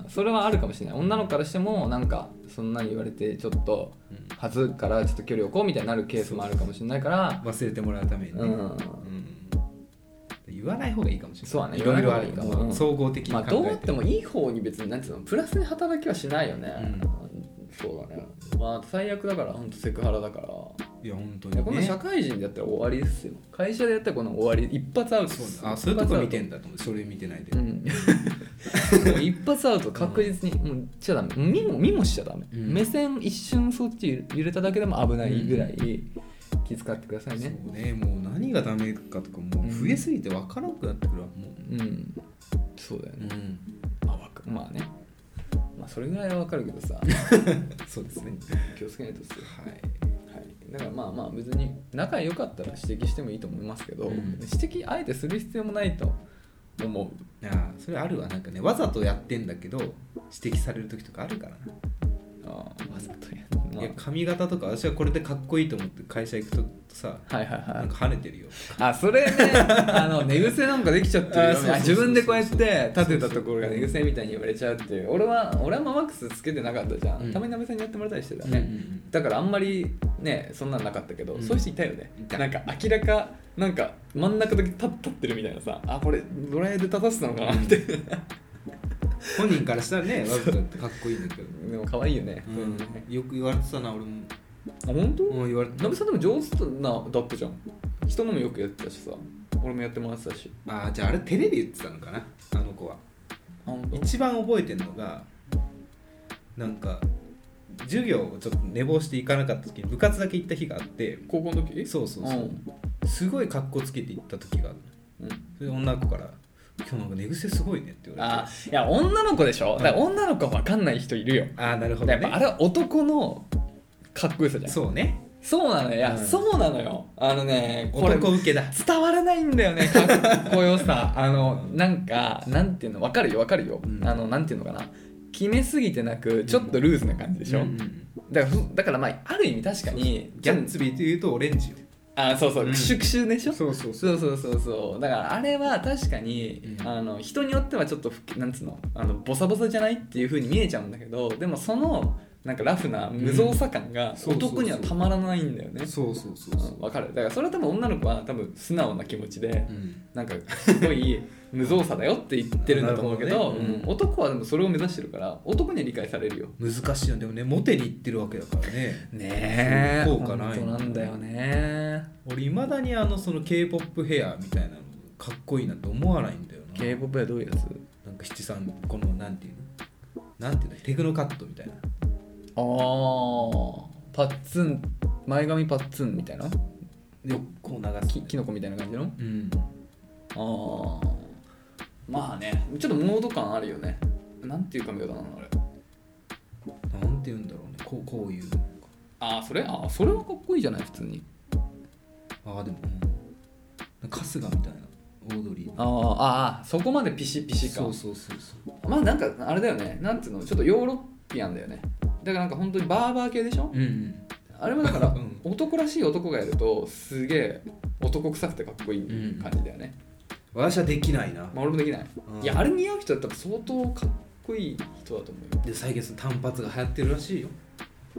それはあるかもしれない。女の子からしてもなんかそんなに言われてちょっと恥ずからちょっと距離を置こうみたいになるケースもあるかもしれないから、 忘れてもらうためにね、うんうん、言わない方がいいかもしれない。 そうね、 いろいろあるかも、うん、総合的に考えて、 まあ、どうやってもいい方に別になんていうのプラスに働きはしないよね、うん、そうだね。まあ最悪だから本当セクハラだから。 いや本当に、ね、 この社会人でやったら終わりですよ。会社でやったらこの終わり一発アウト。 そうあそういうとこ見てんだと思う。それ見てないで、うん、 もう一発アウト確実に、うん、もうしちゃダメ。見も見もしちゃダメ、うん、目線一瞬そっち揺れただけでも危ないぐらい気遣ってくださいね、 うん、そうね。もう何がダメかとかもう増えすぎて分からなくなってくるわもう、 うん、そうだよね、うん、まあ、まあね、まあそれぐらいは分かるけどさそうですね、 気をつけないとですよ。はいだからまあまあ別に仲良かったら指摘してもいいと思いますけど、うん、指摘あえてする必要もないと思う。 いやそれあるわ。なんかねわざとやってんだけど指摘される時とかあるからな。 あわざとやる、 まあ、いや髪型とか私はこれでかっこいいと思って会社行くとさ、 はいはいはい、 なんか跳ねてるよ。 あそれねあの寝癖なんかできちゃってるよね。自分でこうやって立てたところが寝癖みたいに言われちゃうっていう。俺は俺はママックスつけてなかったじゃん、うん、たまに鍋さんにやってもらったりしてたね、うんうんうん、だからあんまりねそんなんなかったけど、うん、そういう人いたよね。なんか明らかなんか真ん中だけ立ってるみたいなさ、あこれドライヤーで立たせたのかなって本人からしたらねわざとってかっこいいんだけどでも可愛いよね、 うん、よく言われてたな俺も。 あ本当？ うん言われてた。 鍋さんでも上手なだったじゃん。人のもよくやってたしさ、俺もやってもらってたし。 あじゃああれテレビ言ってたのかなあの子は。一番覚えてるのがなんか授業をちょっと寝坊して行かなかった時に部活だけ行った日があって。 高校の時？ そうそうそう、うん、すごい格好つけて行った時がある、うん、それで女の子から今日なんか寝癖すごいねって言われて。 あいや女の子でしょ、だから女の子は分かんない人いるよ。 あなるほど、ね、 やっぱあれは男のかっこよさじゃん。 そうねそうなのよ。いや、うん、そうなのよ。あのねこれ男受けだ伝わらないんだよねかっこよさあのなんかなんていうの分かるよ分かるよ、うん、あのなんていうのかな決めすぎてなくちょっとルーズな感じでしょ、うんうん、だからだからまあある意味確かにギャッツビーというとオレンジよ。 あそうそう、うん、クシュクシュでしょ。 そうそうそうそうそうそうそうだからあれは確かに、うん、あの人によってはちょっとなんつうのあのボサボサじゃないっていう風に見えちゃうんだけど、でもそのなんかラフな無造作感が男にはたまらないんだよね。 そうそうそうそう、 うん、分かる。だからそれは多分女の子は多分素直な気持ちで、うん、なんかすごい無造作だよって言ってるんだと思うけど、ねうん、男はでもそれを目指してるから男には理解されるよ。 難しいよ。でもねモテに行ってるわけだからね。 ねえ効果ない。 本当なんだよね。 俺いまだにあのその K-ポップ ヘアみたいなのかっこいいなって思わないんだよな。 K-ポップ はどういうやつ？ なんか七三このなんていうのなんていうのテクノカットみたいな。 あーパッツン前髪パッツンみたいなでこう流すキノコみたいな感じの、 うん、 ああまあねちょっとモード感あるよね。なんていう髪型なのあれ。 なんていうんだろうねこうこういうああそれあそれはかっこいいじゃない普通に。 ああでも、うん、春日みたいなオードリー。 ああそこまでピシピシか。 そうそうそうそうまあなんかあれだよねなんていうのちょっとヨーロッピアンだよね。だからなんか本当にバーバー系でしょ、 うんうん、 あれはだから、うん、男らしい男がやるとすげえ男臭くてかっこいい感じだよね、 うん、私はできないな、 まあ、俺もできない、うん、いやあれ似合う人だったら相当かっこいい人だと思うよ。 で最近単発が流行ってるらしいよ。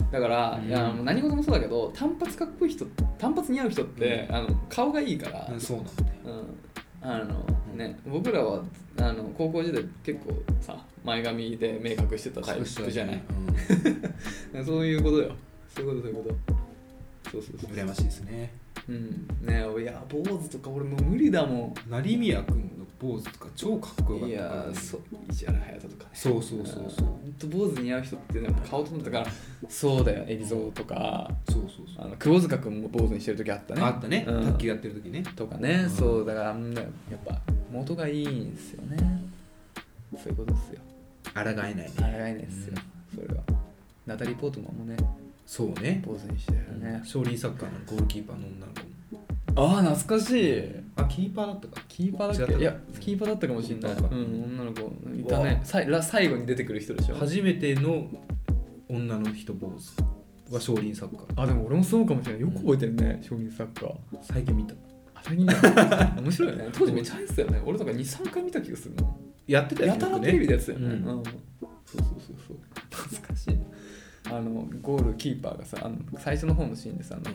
だから、 うん、 いやもう何事もそうだけど単発かっこいい人単発似合う人って、うん、あの顔がいいから、 うん、そうなんだよ、 うん、あのね、僕らはあの高校時代結構さ前髪で目隠してたタイプじゃない、うん、そういうことよ、そういうことそういうことそうそうそう羨ましいですね。 うんねえ、いや坊主とか俺もう無理だもん。 成宮君の坊主とか超かっこよかったから、ね、 いやそう石原隼人とかね、 そうそうそうそう、 ほんと坊主似合う人ってね顔と思ったから、そうだよ海老蔵とか、 そうそうそう、 あの窪塚君も坊主にしてる時あったね、 あったね、 うん、 卓球やってる時ねとかね、うん、そうだからやっぱ元がいいんですよね、そういうことですよ、 抗えないね、 抗えないですよ、うん、それはナタリー・ポートマンもね、 そうね、 坊主にしてるよね、 少林サッカーのゴールキーパーの女の子も、 ああ懐かしい、 あキーパーだったか、 キーパーだっけ、いやキーパーだったかもしれない、うん、女の子いたね、さい最後に出てくる人でしょ、 初めての女の人坊主は少林サッカー、 あでも俺もそうかもしれない、よく覚えてるね、少林サッカー最近見た、 あ最近見た面白いよね、当時めっちゃ入ってたよね、俺とか にさんかい見た気がするの、 やってたよね、 やたらテレビでやつだよね、 うん、 うん、そうそうそうそう懐かしい、あのゴールキーパーがさあの最初の方のシーンでさあの、うん、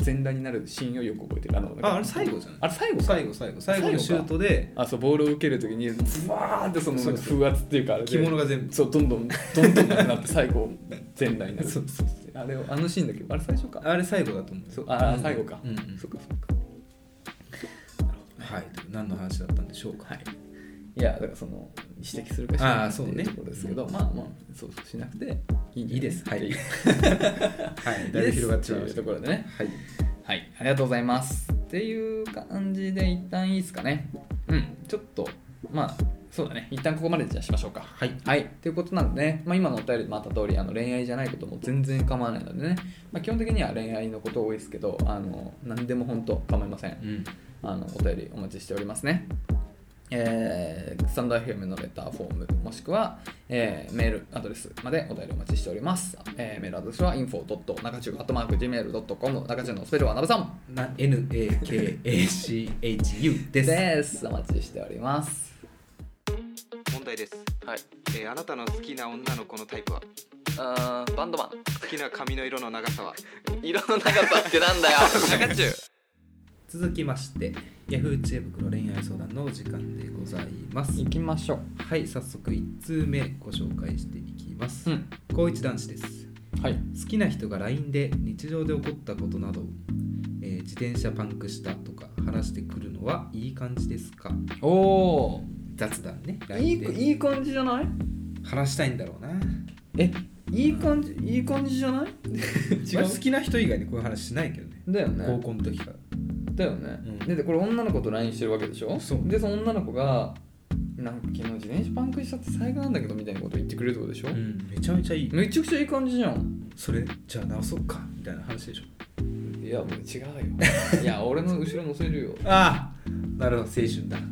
全裸になるシーンをよく覚えてる、あのああれ最後じゃない、 あれ最後最後最後最後のシュートで、 あそうボールを受けるときにズワーってそのなんか風圧っていうかあれで着物が全部そうどんどんどんどんなくなって最後全裸になるそうそうあれあのシーンだけどあれ最初か、 あれ最後だと思う、 そうあ、うん、最後か、 うんうん、 そっかそっか、 なるほど、ね、はい、何の話だったんでしょうか、 はい、いやだからその指摘するかしないかっていうところですけど、ね、まあまあそうそうしなくていいいいです、はいはいだいぶ広がっちゃうところでね、 はい、 はい、ありがとうございますっていう感じで一旦いいですかね、うんちょっとまあそうだね一旦ここまでじゃあしましょうか、はいはいということなんでね、まあ、今のお便りでもあった通りあの恋愛じゃないことも全然構わないのでね、まあ、基本的には恋愛のこと多いですけどあの何でも本当構いません、うん、あのお便りお待ちしておりますね。えー、スタンド エフエム のレターフォームもしくは、えー、メールアドレスまでお便りお待ちしております、えー、メールアドレスは インフォ ドットナカチュウ アットマーク ジーメール ドットコム 中中のスペルはなべさんエヌエーケーエーシーエイチユー ですですお待ちしております。 問題です、 はいえー、あなたの好きな女の子のタイプはあーバンドマン好きな髪の色の長さは色の長さってなんだよ中中続きましてヤフー知恵袋恋愛相談のお時間でございます。 行きましょう。 はい早速いち通目ご紹介していきます、うん、高一男子です。 はい、 好きな人が ライン で日常で起こったことなど、えー、自転車パンクしたとか話してくるのはいい感じですか。 おお雑談ね。 いい, いい感じじゃない。 話したいんだろうな。 えいい感じいい感じじゃない違う好きな人以外にこういう話しないけどね。 だよね。 高校の時からだよね、うん、でこれ女の子と ライン してるわけでしょ。 そうでその女の子がなんか昨日自転車パンクしちゃって最悪なんだけどみたいなこと言ってくれるってことでしょ、うん、 めちゃめちゃいい。 めちゃくちゃいい感じじゃん。 それじゃあ直そうかみたいな話でしょ。 いやもう違うよいや俺の後ろ乗せるよああなるほど青春だ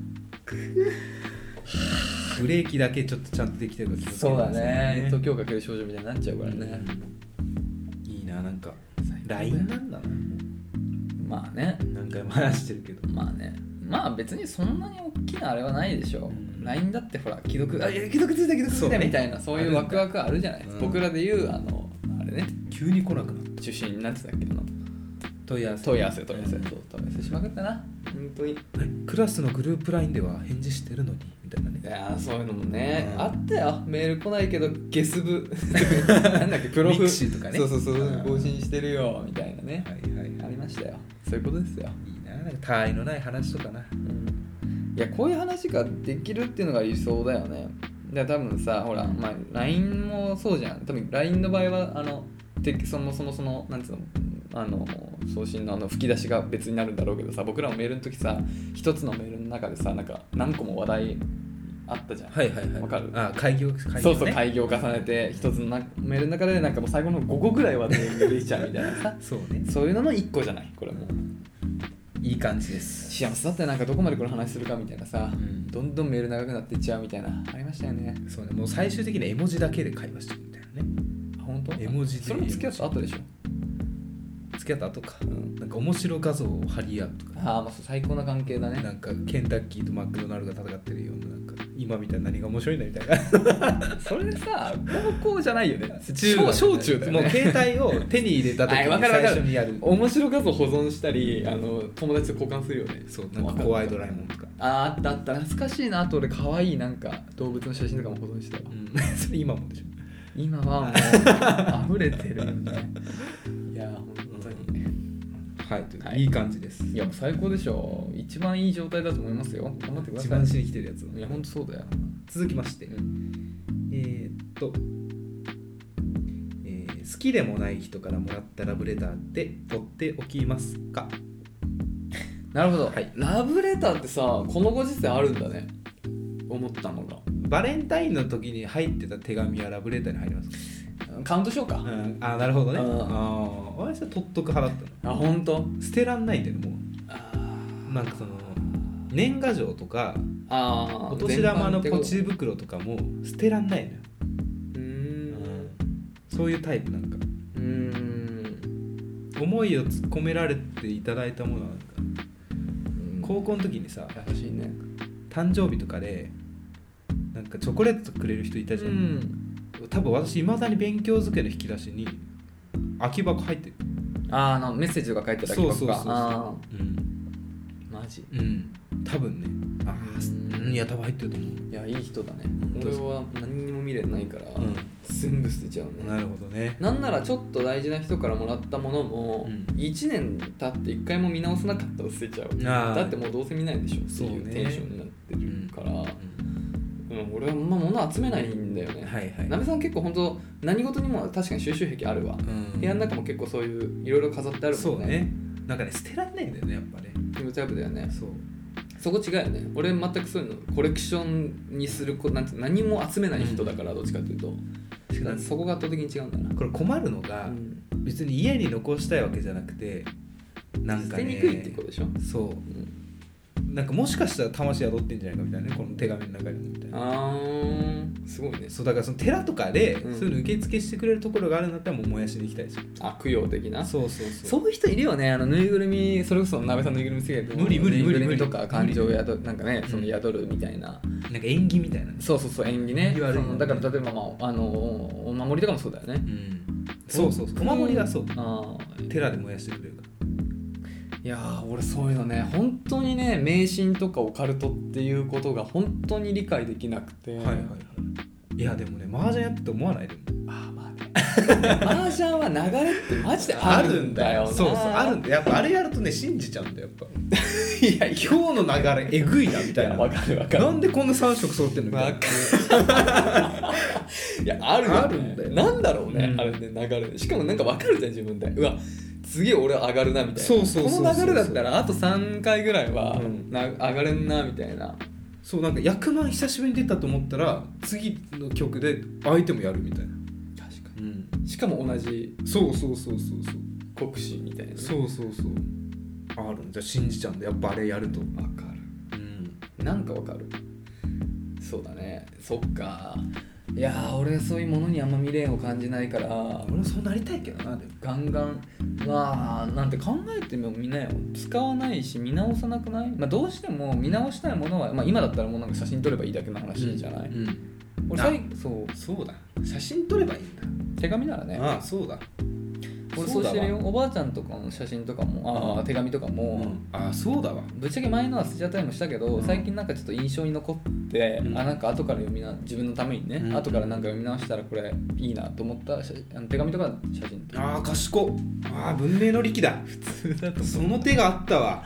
ブレーキだけちょっとちゃんとできてるか気がする、ね、 そうだね時をかける少女みたいになっちゃうからね、 うん、いいななんか ライン なんだな。 まあね何回も話してるけどまあねまあ別にそんなに大きなあれはないでしょ、うん、ライン だってほら既読あいや既読ついた既読ついたみたいなそういうワクワクあるじゃない、うん、僕らで言うあのあれね急に来なくなった受信なんて言ったっけな問い合わせ問い合わせ問い合わせ、うん、問い合わせしまくったな本当に。 クラスのグループ ライン では返事してるのにみたいなね。 いやそういうのもね、うん、あったよメール来ないけどゲス部なんだっけプロフミクシーとかねそうそうそう更新してるよみたいなね、 はいはい、 ありましたよ。そういうことですよ。 いいななんか他愛のない話とかな、 うん、いやこういう話ができるっていうのが理想だよね。で多分さほら、まあ、ライン もそうじゃん。多分 ライン の場合はあのそもそもそのなんつうのあの送信のあの吹き出しが別になるんだろうけどさ僕らもメールの時さ一つのメールの中でさなんか何個も話題あったじゃん。 はいはいはい。 わかる。 あ開業開業、ね、 そうそう開業重ねて一つのなメールの中でなんかもう最後のごこぐらいはメールできちゃうみたいなさそうねそういうののいっこじゃないこれも。 いい感じです。 幸せだってなんかどこまでこの話するかみたいなさ、うん、どんどんメール長くなっていっちゃうみたいなありましたよね。 そうねもう最終的に絵文字だけで会話してるみたいなね。 あ本当？ 絵文字でそれも付き合った後でしょ。 付き合った後か、うん、なんか面白画像を貼り合うとか、ね、 ああまあ最高な関係だね。 なんかケンタッキーとマクドナルドが戦ってるようななんか今みたいな何が面白いんだみたいなそれさ高校じゃないよね小小中だよね。 もう携帯を手に入れた時に最初にやる面白画像保存したりあの友達と交換するよね。 そうなんか怖いドラえもんとかああったあった懐かしいな。あと俺可愛いなんか動物の写真とかも保存したわ、 うん、それ今もでしょ。 今はもう溢れてるよねいや本当に、うんはい、はい、いい感じです。 いやもう最高でしょ。一番いい状態だと思いますよ。頑張ってください。 一番しに来てるやつ。 いや本当そうだよ。 続きまして、うん、えー、っと、えー、好きでもない人からもらったラブレターって取っておきますか？ なるほど、 はい、 ラブレターってさこのご時世あるんだね。思ったのがバレンタインの時に入ってた手紙はラブレターに入りますか？ カウントしようか、うん、 あなるほどね。ああ私は取っとく派だったの。 あ本当？捨てらんないんだよねもう。あなんかその年賀状とかあお年玉のポチ袋とかも捨てらんないのよ。うーん、うん、そういうタイプなんかうーん思いを込められていただいたものはなんか高校の時にさ優しいね誕生日とかでなんかチョコレートくれる人いたじゃん、うん多分私いまだに勉強机の引き出しに空き箱入ってる。 ああのメッセージとか書いてる空き箱か。そうそうそうそうあ、うん、 マジうん多分ねあうんいや多分入ってると思う。 いやいい人だね。俺は何にも見れないから、うん、全部捨てちゃうね。 なるほどね。 なんならちょっと大事な人からもらったものも、うん、いちねん経っていっかいも見直さなかったら捨てちゃう。だってもうどうせ見ないでしょっていうテンションになってるから、うんうん、俺はあんま物集めないんだよね。はいはい。なべさん結構本当何事にも確かに収集癖あるわ。うん、部屋の中も結構そういういろいろ飾ってあるもんね。 そうね。なんかね捨てられないんだよねやっぱね。 気持ち悪いだよね。そう。そこ違うよね。俺全くそういうのコレクションにするこなんて何も集めない人だから、うん、どっちかというと。そこが圧倒的に違うんだな。 これ困るのが、うん、別に家に残したいわけじゃなくてなんかね。捨てにくいってことでしょ。そう。うんなんかもしかしたら魂宿ってんじゃないかみたいなねこの手紙の中にみたいな。あーすごいね。そうだからその寺とかでそういうの受付してくれるところがあるんだったらもう燃やしに行きたいですよ。 あ供養的な。 そうそうそう。 そういう人いるよね。あのぬいぐるみそれこそなべさんのぬいぐるみすげえ無理無理無理ぬいぐるみとか感情を宿なんかねその宿るみたいな。なんか縁起みたいな。 そうそうそう縁起ね。そのだから例えばまああのお守りとかもそうだよね。うん。 そうそうそうお守りがそう。あ寺で燃やしてくれるから。 いやー俺そういうのね本当にね迷信とかオカルトっていうことが本当に理解できなくて。はいはいはい。 いやでもね麻雀やってて思わないでも。 あまあね。麻雀は流れってマジであるんだよな。 そうそうあるんだ。やっぱあれやるとね信じちゃうんだよやっぱ。いや今日の流れえぐいなみたいな。わかるわかる。なんでこんなさん色揃ってんのみたいな。 いやあるよ、ね、あるんだよ。なんだろうね、うん、あれね流れ。しかもなんかわかるじゃん自分で。うわ次俺上がるなみたいな。そうそうそうそう。この流れだったらあとさんかいぐらいは、うん、な上がれんなみたいな。 そうなんか役満久しぶりに出たと思ったら次の曲で相手もやるみたいな。 確かに、うん、しかも同じそうそうそうそうそう国士みたいな、ね、 そうそうそうあるんじゃ信じちゃうんだやっぱあれやると。 分かる、うん、なんか分かる。そうだね。そっか。いやー俺そういうものにあんま未練を感じないから俺もそうなりたいけどな。でもガンガンまあなんて考えてもみんなよ使わないし見直さなくない、まあ、どうしても見直したいものは、まあ、今だったらもうなんか写真撮ればいいだけの話じゃない、うんうん、俺最そうそうだ写真撮ればいいんだ。 手紙ならね。 ああそうだ俺そうしてるよ。おばあちゃんとかの写真とかもあ、うん、手紙とかも、 うん、あそうだわ。 ぶっちゃけ前のは捨てちゃったりもしたけど、うん、最近なんかちょっと印象に残って、うん、あなんか後から読みな自分のためにね、うん、後からなんか読み直したらこれいいなと思ったあの手紙とか写真とか。 ああ賢っ。ああ文明の利器だ。普通だとその手があったわ。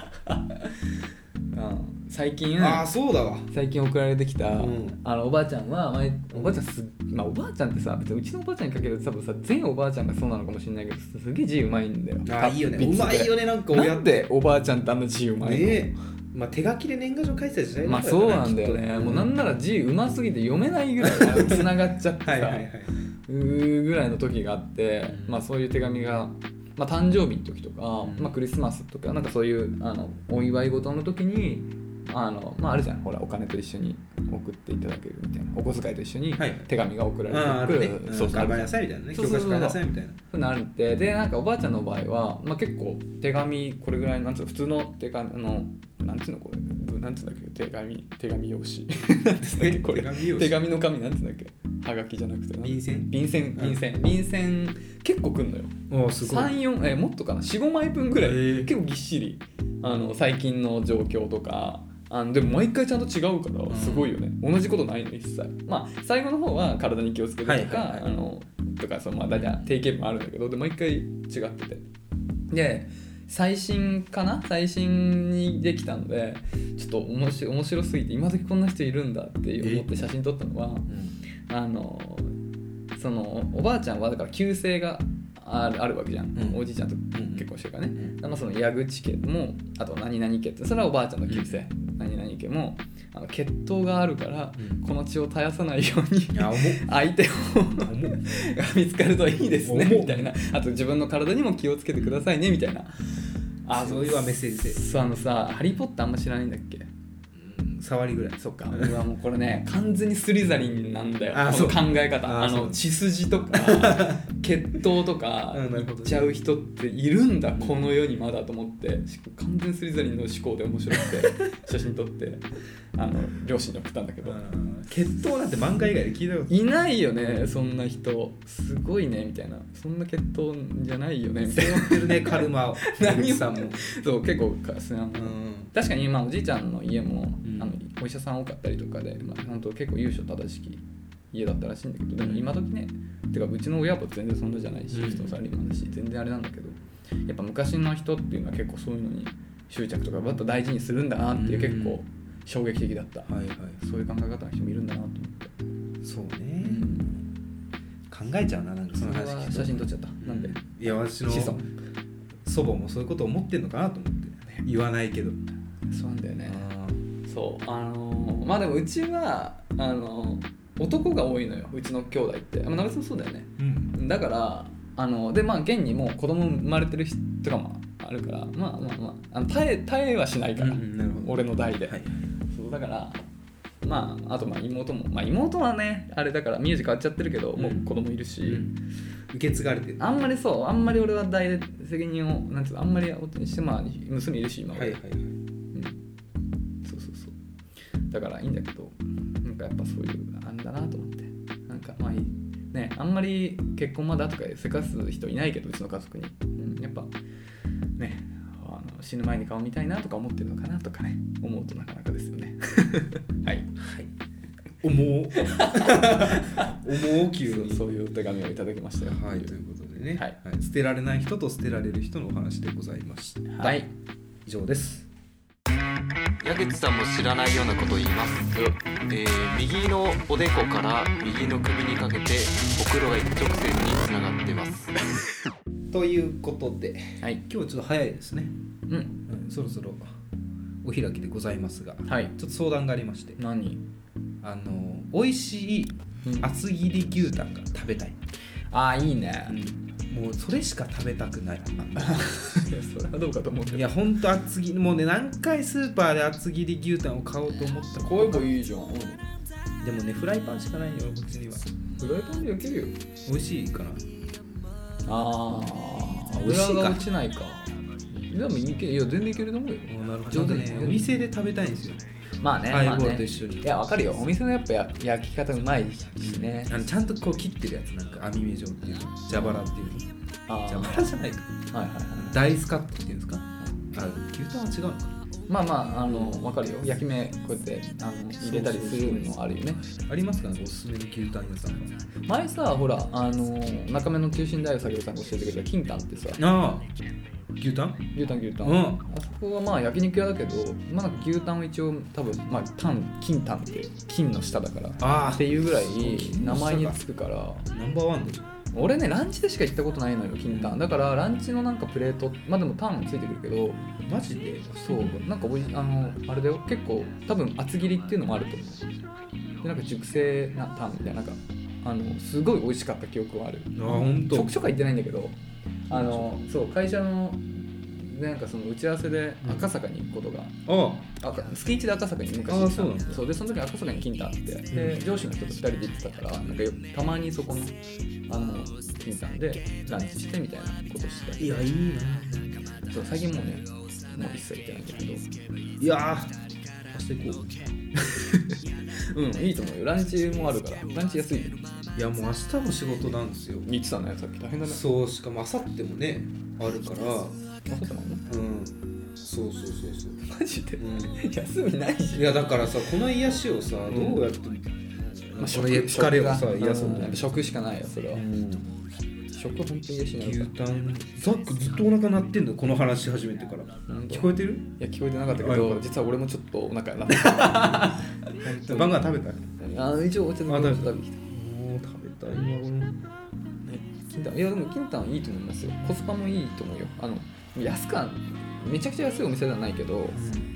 うん最近あそうだわ最近送られてきた、うん、あのおばあちゃんは前おばあちゃんす、まあ、おばあちゃんってさ別にうちのおばあちゃんにかけると多分さ全おばあちゃんがそうなのかもしれないけどすげえ字うまいんだよ。 あいいよねうまいよね。なんか親っておばあちゃんってあんな字うまいの、ねまあ、手書きで年賀状書いてた時代だから、ね、 まあそうなんだよね、うん、もうなんなら字うますぎて読めないぐらいつながっちゃってさはいはい、はい、うーぐらいの時があって、うん、まあそういう手紙がまあ、誕生日の時とか、うんまあ、クリスマスとかなんかそういうあのお祝い事の時にあの、まあ、あるじゃんほらお金と一緒に送っていただけるみたいなお小遣いと一緒に手紙が送られてくる、はいはいね、そう頑張りなさいみたいなね教科書買いなさいみたいなそうなるってでなんかおばあちゃんの場合は、まあ、結構手紙これぐらいなんつうの普通の手紙のなんつうのこれなんつうんだっけ、手紙手紙用紙なんつうんだっけこれ、手紙手紙の紙なんつうんだっけ、はがきじゃなくて便箋便箋便箋便箋結構くんのよ。 おすごい。 さん、よんえもっとかな、よん、ごまいぶんぐらい、えー、結構ぎっしり、あの最近の状況とか、あのでも毎回ちゃんと違うからすごいよね、うん、同じことないの一切。まあ最後の方は体に気をつけてとか、はいはいはい、あのとかそのまあ大体定型文あるんだけど、で毎回違ってて、で最新かな最新にできたのでちょっと面白面白すぎて、今時こんな人いるんだって思って写真撮ったのは、うん、あのそのおばあちゃんはだから旧姓がある、あるわけじゃん、うん、おじいちゃんと結婚してるからね、うん、まあその矢口家もあと何々家ってそれはおばあちゃんの旧姓、うん、何々家もあの血統があるから、うん、この血を絶やさないように相手をが見つかるといいですねみたいな、あと自分の体にも気をつけてくださいねみたいな、 あそういうメッセージ性。 そう、あのさ、ハリーポッターあんま知らないんだっけ。 触りぐらい。 そっか。俺はもうこれね完全にスリザリンなんだよ。あこの考え方。あ, あの血筋とか血統とか言っちゃう人っているんだこの世にまだと思って、完全スリザリンの思考で面白くて写真撮ってあの両親に送ったんだけど、 血統なんて漫画以外で聞いたこといないよね。そんな人すごいねみたいな、そんな血統じゃないよねみたいな。 背負ってるねカルマを。 何さんもそう結構かす、うん、確かに今おじいちゃんの家も、うん、あのお医者さん多かったりとかで、まあ、本当結構優秀正しき家だったらしいんだけど、でも今時ね、てかうちの親も全然そんなじゃないし、うん、人のサラリーマンだし全然あれなんだけど、やっぱ昔の人っていうのは結構そういうのに執着とかバッと大事にするんだなっていう、結構衝撃的だった、はいはい、そういう考え方の人もいるんだなと思って。 そうね、うん、考えちゃうな、なんかその話聞くと。 写真撮っちゃった、なんで。 いや私の祖母もそういうことを思ってんのかなと思って言わないけど。 そうなんだよね。そうあのー、まあでもうちはあのー、男が多いのよ、うちの兄弟って。あ、長瀬もそうだよね、うん、だからあのでまあ現にもう子供生まれてる人とかもあるから、まあまあまあ、あの耐え耐えはしないから、うん、なるほど俺の代で、はい、そうだからまああとまあ妹も、まあ、妹はねあれだから名字変わっちゃってるけど、うん、もう子供いるし、うん、 受け継がれてる。 あんまりそうあんまり俺は代で責任をなんていうのあんまり夫にして、まあ娘いるし今は、はいはいはい、だからいいんだけど、なんかやっぱそういうあんだなと思って、なんかまあいいね、あんまり結婚まだとかせかす人いないけどうちの家族に、うん、やっぱねあの死ぬ前に顔見たいなとか思ってるのかなとかね思うとなかなかですよねはい、はい、 思う思う急にそういうお手紙をいただきましたよ。 はい、ということでね、はいはい、捨てられない人と捨てられる人のお話でございました。 はい、 以上です。 矢口さんも知らないようなことを言います、えー、右のおでこから右の首にかけてほくろが一直線につながってますということで、 はい、 今日はちょっと早いですね、 うん、うん、 そろそろお開きでございますが、 はい、 ちょっと相談がありまして。 何？ あの美味しい厚切り牛タンが食べたい、うん、 ああいいね、 うん、もうそれしか食べたくないいやそれはどうかと思うけど、 いやほんと厚切りもうね何回スーパーで厚切り牛タンを買おうと思った。 こういうのいいじゃん、うん、 でもねフライパンしかないよ僕には。 フライパンで焼けるよ。 美味しいかな。 ああ油が落ちないか。でもいけいや全然いけると思うよ。 なるほどね。お店で食べたいんですよ。 まあね、 ハイボールと一緒に、 いやわかるよ、お店のやっぱや焼き方うまいしね、 あのちゃんとこう切ってるやつ、なんか網目状っていうの、蛇腹っていうの、蛇腹じゃないか、はいはいはい、ダイスカットっていうんですか、あ牛タンは違うのか。 まあまああのわかるよ、焼き目こうやってあの入れたりするのあるよね。 ありますかね、おすすめの牛タン屋さんは。 前さほらあの中目の中心大作業さんが教えてくれた金タンってさ、 ああ牛タン牛タン牛タン、 うん、 あそこはまあ焼肉屋だけど、まあ、なんか牛タンは一応多分まあタン金タンって金の下だからあっていうぐらい名前につくからナンバーワンだよ。 俺ねランチでしか行ったことないのよ金タンだから、ランチのなんかプレート、まあでもタンついてくるけど、 マジでそうなんかおいあのあれだよ、結構多分厚切りっていうのもあると思う。でなんか熟成なタンみたいな、なんかあのすごい美味しかった記憶はある。 あ本当。 ちょくちょくは行ってないんだけど、あのそう会社のなんかその打ち合わせで赤坂に行くことが、うん、あスキーチで赤坂に昔行った。ああそうなんだ。そうでその時赤坂に金タンあって、うん、で上司の人とふたりで行ってたから、なんかたまにそこのあの金タンでランチしてみたいなことして。 いやいいな。 そう最近もうねもう一切行ってないんだけど。 いやー日行こううんいいと思うよ。ランチもあるからランチ安い。 う。いやもう明日も仕事なんですよ。 言ってたねさっき。大変だね。 そうしかも明後日もねあるから。 あそうだもんね。 うんそうそうそうそうマジで、 うん、 休みないし。 いやだからさこの癒しをさ、うん、どうやって、まあ、この疲れをさ癒そうと。食しかないよそれは、うん、食本当に癒しになるから。牛タンザックずっとお腹鳴ってんのこの話し始めてから。聞こえてる？ いや聞こえてなかったけど実は俺もちょっとお腹鳴ってた晩ご飯食べた？ あ一応ちょっと食べてきた。 もう食べたいわ俺。 金丹いやでも金丹いいと思いますよ。コスパもいいと思うよ。あの安かめちゃくちゃ安いお店ではないけど、うん、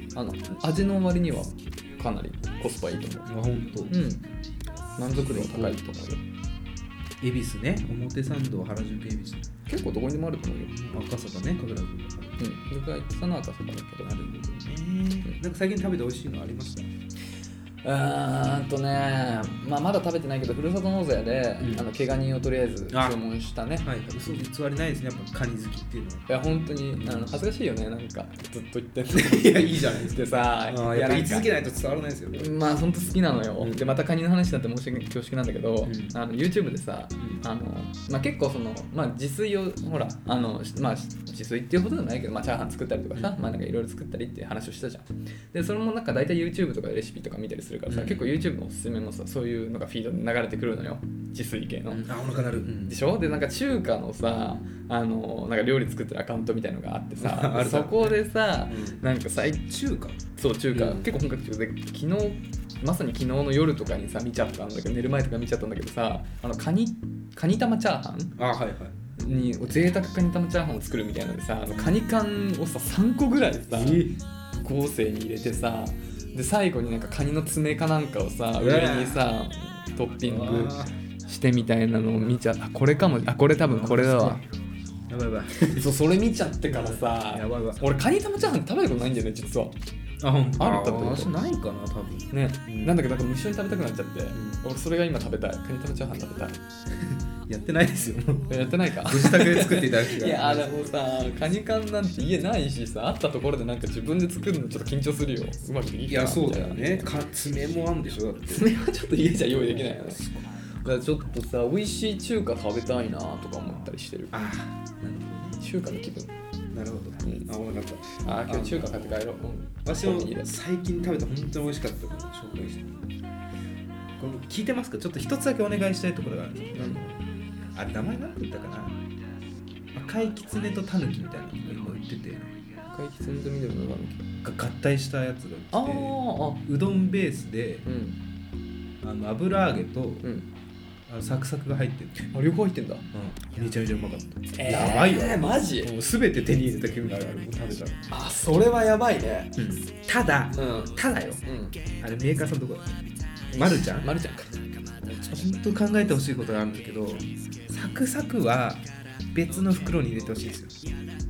あの味の割にはかなりコスパいいと思う。 あ本当。 うん満足度が高いと思うよ。 恵比寿ね表参道原宿恵比寿結構どこにでもあると思うよ。 赤坂ね神楽坂。 うん僕が言ってたのは赤坂だけど。 なるほどね、うん、なんか最近食べて美味しいのありました？ うーんとね、まあ、まだ食べてないけどふるさと納税で、うん、あの毛ガニをとりあえず注文したね。 はい嘘偽りないですねやっぱカニ好きっていうのは。 いや本当にあの恥ずかしいよねなんかずっと言ってんのいやいいじゃないですか。 でさあやっぱ言い続けないと伝わらないですよね。 まあ本当好きなのよ、うん、でまたカニの話だって申し訳恐縮なんだけど、うん、あの YouTube でさ、うん、あのまあ、結構その、まあ、自炊をほらあの、まあ、自炊っていうことじゃないけど、まあ、チャーハン作ったりとかさ、うんまあ、なんかいろいろ作ったりっていう話をしたじゃん。でそれもなんか大体 YouTube とかでレシピとか見たりするからさ、うん、結構 YouTubeおすすめもさそういうのがフィードで流れてくるのよ自炊系の、うん、 あお腹なる、うん、 でしょ。でなんか中華のさあのなんか料理作ってるアカウントみたいのがあってさそこでさ、うん、なんか最中華そう中華、うん、結構本格的で昨日まさに昨日の夜とかにさ見ちゃったんだけど寝る前とか見ちゃったんだけどさあのカニカニ玉チャーハンあはいはいに贅沢カニ玉チャーハンを作るみたいなのでさあのカニ缶をささんこぐらいさ、えー、合成に入れてさで最後になんかカニの爪かなんかをさ上にさトッピングしてみたいなのを見ちゃあこれかもあこれ多分これだわやばいやばいそうそれ見ちゃってからさやばいやばい俺カニ玉チャーハン食べたことないんだよね実は。 あほんとある食べたことないかな多分ね、うん、なんだけどなんか一緒に食べたくなっちゃって、うん、俺それが今食べたいカニ玉チャーハン食べたいやってないですよやってないかご自宅で作っていただきいやでもさカニ缶なんて家ないしさあったところでなんか自分で作るのちょっと緊張するよ。うまくできるかな。 いやそうだよねか爪もあんでしょだって爪はちょっと家じゃ用意できないよね。だからちょっとさ美味しい中華食べたいなとか思ったりしてる。 ああなるほど中華の気分なるほど、うん、あ、分かった。 あ、今日中華買って帰ろう。 私も最近食べた本当に美味しかったから紹介して。これ聞いてますか？ちょっと一つだけお願いしたいところがあるんです。うん、あれ名前何て言ったかな？赤いキツネとタヌキみたいなのが今売ってて。 赤いキツネと緑のタヌキが合体したやつが売ってて。ああ、うどんベースで、うん、あの油揚げと。うんあのサクサクが入ってる。 あ、両方入ってんだ。 うん。めちゃめちゃうまかった。 えー、やばいよ。マジ？ もうすべて手に入れた気分がある。食べたら。 あ、それはやばいね。 うん、ただ、うん、ただよ。うん、あれメーカーさんどこだ？まるちゃん？ まるちゃんか。 本当考えてほしいことがあるんだけど、サクサクは別の袋に入れてほしいですよ。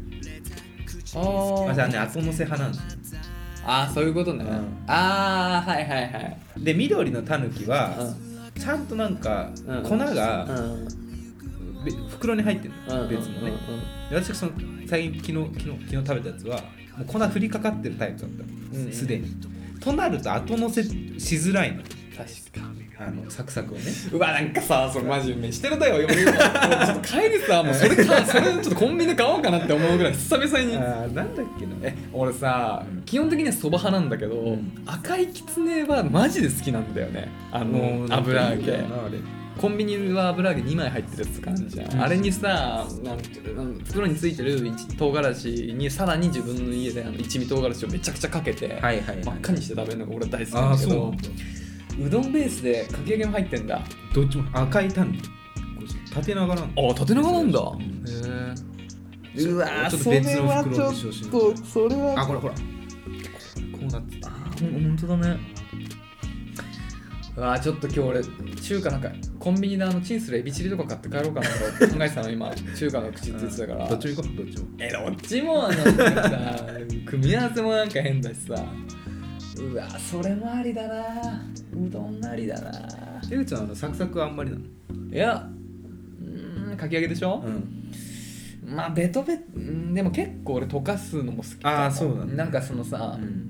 ああ。じゃあね、後乗せ派なんですよ。 ああ、そういうことね。うん、ああ、はいはいはい。 で、緑のタヌキは。うんちゃんとなんか粉が袋に入ってるの別のね。私その最近昨日昨日昨日食べたやつはもう粉振りかかってるタイプだったすでに。となると後乗せしづらいの。 確かにあのサクサクをね。 うわなんかさそれマジめしてるだよ。ちょっと帰りさもうそれかそれちょっとコンビニで買おうかなって思うぐらい久々に。 あなんだっけな。 え俺さ基本的にはそば派なんだけど、うん、赤いきつねはマジで好きなんだよね。あの油揚げ。コンビニは油揚げにまい入ってるやつ感じじゃん、うん、あれにさなんて袋についてる唐辛子にさらに自分の家であの一味唐辛子をめちゃくちゃかけて、はいはいはい、真っ赤にして食べるのが俺大好きなんだけどうどんベースでかき揚げも入ってんだ。 どっちも赤いタン縦長なんだ。 あ縦長なんだ。うん、へえ。うわーちょっと別の袋にしよう。 それはあほらほらこうなってた。 あほんとだね。うわーちょっと今日俺中華なんかコンビニであのチンするエビチリとか買って帰ろうかなと考えてたの今中華の口って言ってたからどっちも行こうどっちもえどっちもなんかさ組み合わせもなんか変だしさうわそれもありだなうどんありだな。 江口さんあのサクサクはあんまりなの？ いやうーんかき揚げでしょ、うん、まあベトベトでも結構俺溶かすのも好きかも。 ああそうだ、ね、 なんかそのさ、うん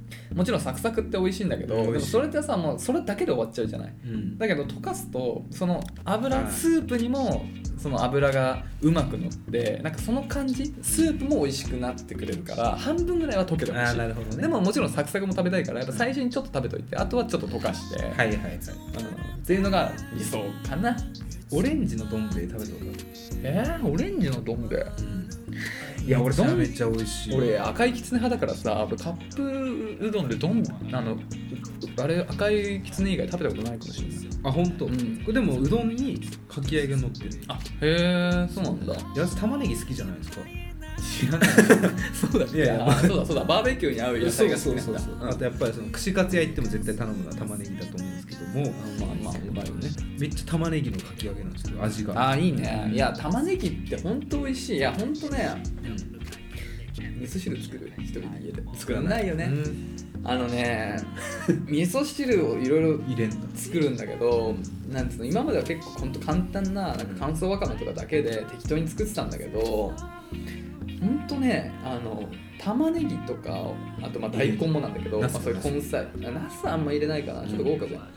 もちろんサクサクって美味しいんだけど、でもそれってさもうそれだけで終わっちゃうじゃない、うん、だけど溶かすとその油スープにもその油がうまくのってなんかその感じスープも美味しくなってくれるから半分ぐらいは溶けてほしい。 あ、なるほどね。 でももちろんサクサクも食べたいからやっぱ最初にちょっと食べといてあとはちょっと溶かして、はいはいはい、うん、 っていうのが理想かな。 オレンジの丼で食べたことある？ えー、オレンジの丼で、 うん、いや俺めちゃめちゃ美味しい。 俺赤いきつね派だからさカップうどんで丼あのあれ赤いきつね以外食べたことないかもしれない。 あ、ほんと、うん、これでもうどんにかき揚げが乗ってる。 あ、へえ、そうなんだ。 やつ玉ねぎ好きじゃないですか？ 知らないそうだ、いやいや、そうだそうだ、バーベキューに合う野菜が好きなんだ。そうそうそうそう、うん、あとやっぱりその串カツ屋行っても絶対頼むのは玉ねぎだと思うんですけども、 まあまあうまいよね。 めっちゃ玉ねぎのかき揚げなんですけど味が。 あ、いいね。いや玉ねぎってほんと美味しい。いやほんとね、うん、味噌汁作る一人で家で作らないよね、うん、あのね味噌汁をいろいろ作るんだけど、なんつうの、今までは結構ほんと簡単な、なんか乾燥わかめとかだけで適当に作ってたんだけど、ほんとね、あの玉ねぎとか、あとまあ大根もなんだけど、まあ、そういう根菜、ナスあんま入れないかな、ちょっと豪華じゃん、うん、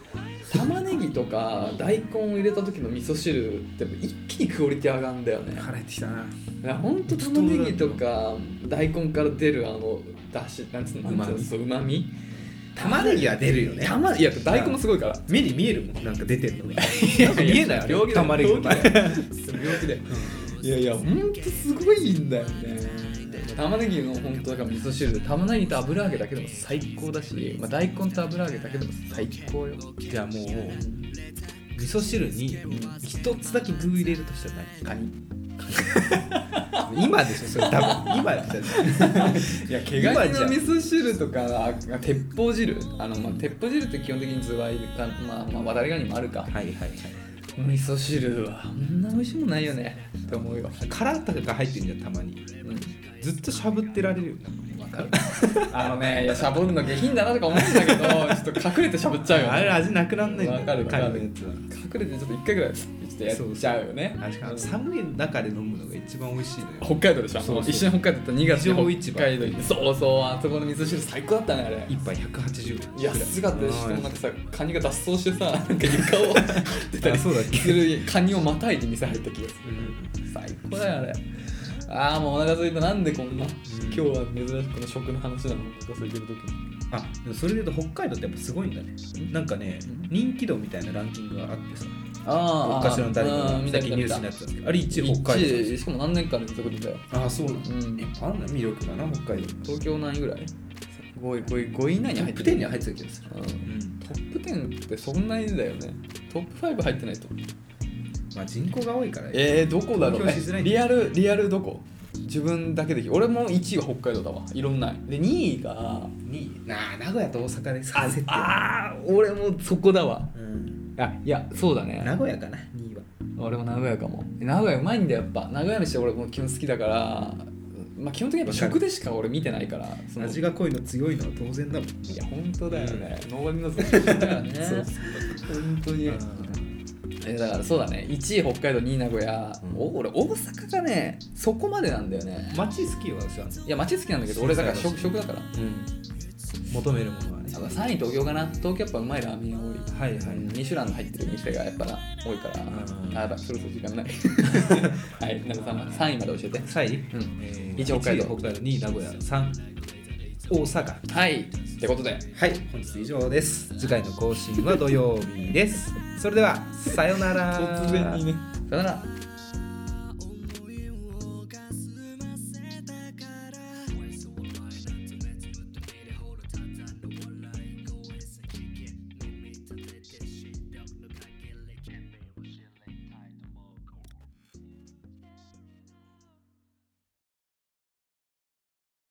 玉ねぎとか大根を入れた時の味噌汁って一気にクオリティ上がるんだよね。 腹減ってきたな。 いやほんと玉ねぎとか大根から出るあのだし、なんつうの、うまみ、 玉ねぎは出るよね。 玉いや大根もすごいから目に見えるもん、なんか出てるのがいや見えないよね、 病気玉ねぎの病気でいやいやほんとすごいんだよね。玉ねぎの本当だから味噌汁で玉ねぎと油揚げだけでも最高だし、まあ、大根と油揚げだけでも最高よ。 じゃあもう味噌汁に一つだけ具入れるとしたら何？カニ今でしょそれ多分今でしょいや毛ガニの味噌汁とか鉄砲汁、あの、まあ、鉄砲汁って基本的にズワイか、まあまあ渡りガニもあるか、はいはいはい、味噌汁はこんな美味しいもんないよねって思うよ。 殻とかが入ってるんじゃんたまに、うん、ずっとしゃぶってられるよね。 わかるあのね、いやしゃぶるの下品だなとか思うんだけどちょっと隠れてしゃぶっちゃうよね。 あれ味なくなんないんだよ。 わかるわかる。隠れてちょっと一回ぐらいちょっとやっちゃうよね。 確かに寒い中で飲むのが一番美味しいのよ。 北海道でしょ。そうそう、一緒に北海道だったらにがつに北海道行って、そうそう、あそこの味噌汁最高だったねあれ。 一杯ひゃくはちじゅうえん。 安かったし、しかもなんかさカニが脱走してさ、なんか床を張ってたりするカニをまたいで店入った気がする、うん、最高だよあれ。ああもうお腹空いた。なんでこんな、うん、今日は珍しくこの食の話なのお腹空いてる時に。 あでもそれで言うと北海道ってやっぱすごいんだね。なんかね、うん、人気度みたいなランキングがあってさ、ああ、昔の誰かが最近ニュースになってたんですけど、あれいちい北海道。 しかも何年間連続でだよ。 ああそうなんだ、うん、あんな魅力だな北海道。 東京何位ぐらい？ごい、ごい、ごい以内に入ってる。 トップじゅうには入ってた気がする、うんうん、トップじゅうってそんなにだよね。トップご入ってないと。 まあ人口が多いから。 えー、どこだろうね。リアル、リアルどこ？自分だけで。俺もいちいは北海道だわ。いろんな。でにいがにいなあ名古屋と大阪でさせて。ああ俺もそこだわ。うん。あいやそうだね。 名古屋かなにいは。 俺も名古屋かも。名古屋うまいんだよやっぱ。名古屋飯俺も基本好きだから。まあ、基本的にやっぱ食でしか俺見てないから、 その味が濃いの強いのは当然だもん。 いや本当だよね、ノーバディノーズだからねそうそう本当にえだからそうだね、いちい北海道、にい名古屋、うん、俺大阪がねそこまでなんだよね。 街好きは私はいや街好きなんだけど俺だから食食だから、うん、 求めるものはね。 さんい東京かな。東京やっぱうまいラーメンが多い。はいはい、ミシュラン入ってる店がやっぱ多いから。あやばいそろそろ時間ないはいなんかさん、さんいまで教えて。さんい、うんえー、いち北海道、 北海道、にい名古屋、さん大阪。 はいってことで、 はい本日以上です。次回の更新は土曜日です。それではさよなら。 突然にね。さよなら。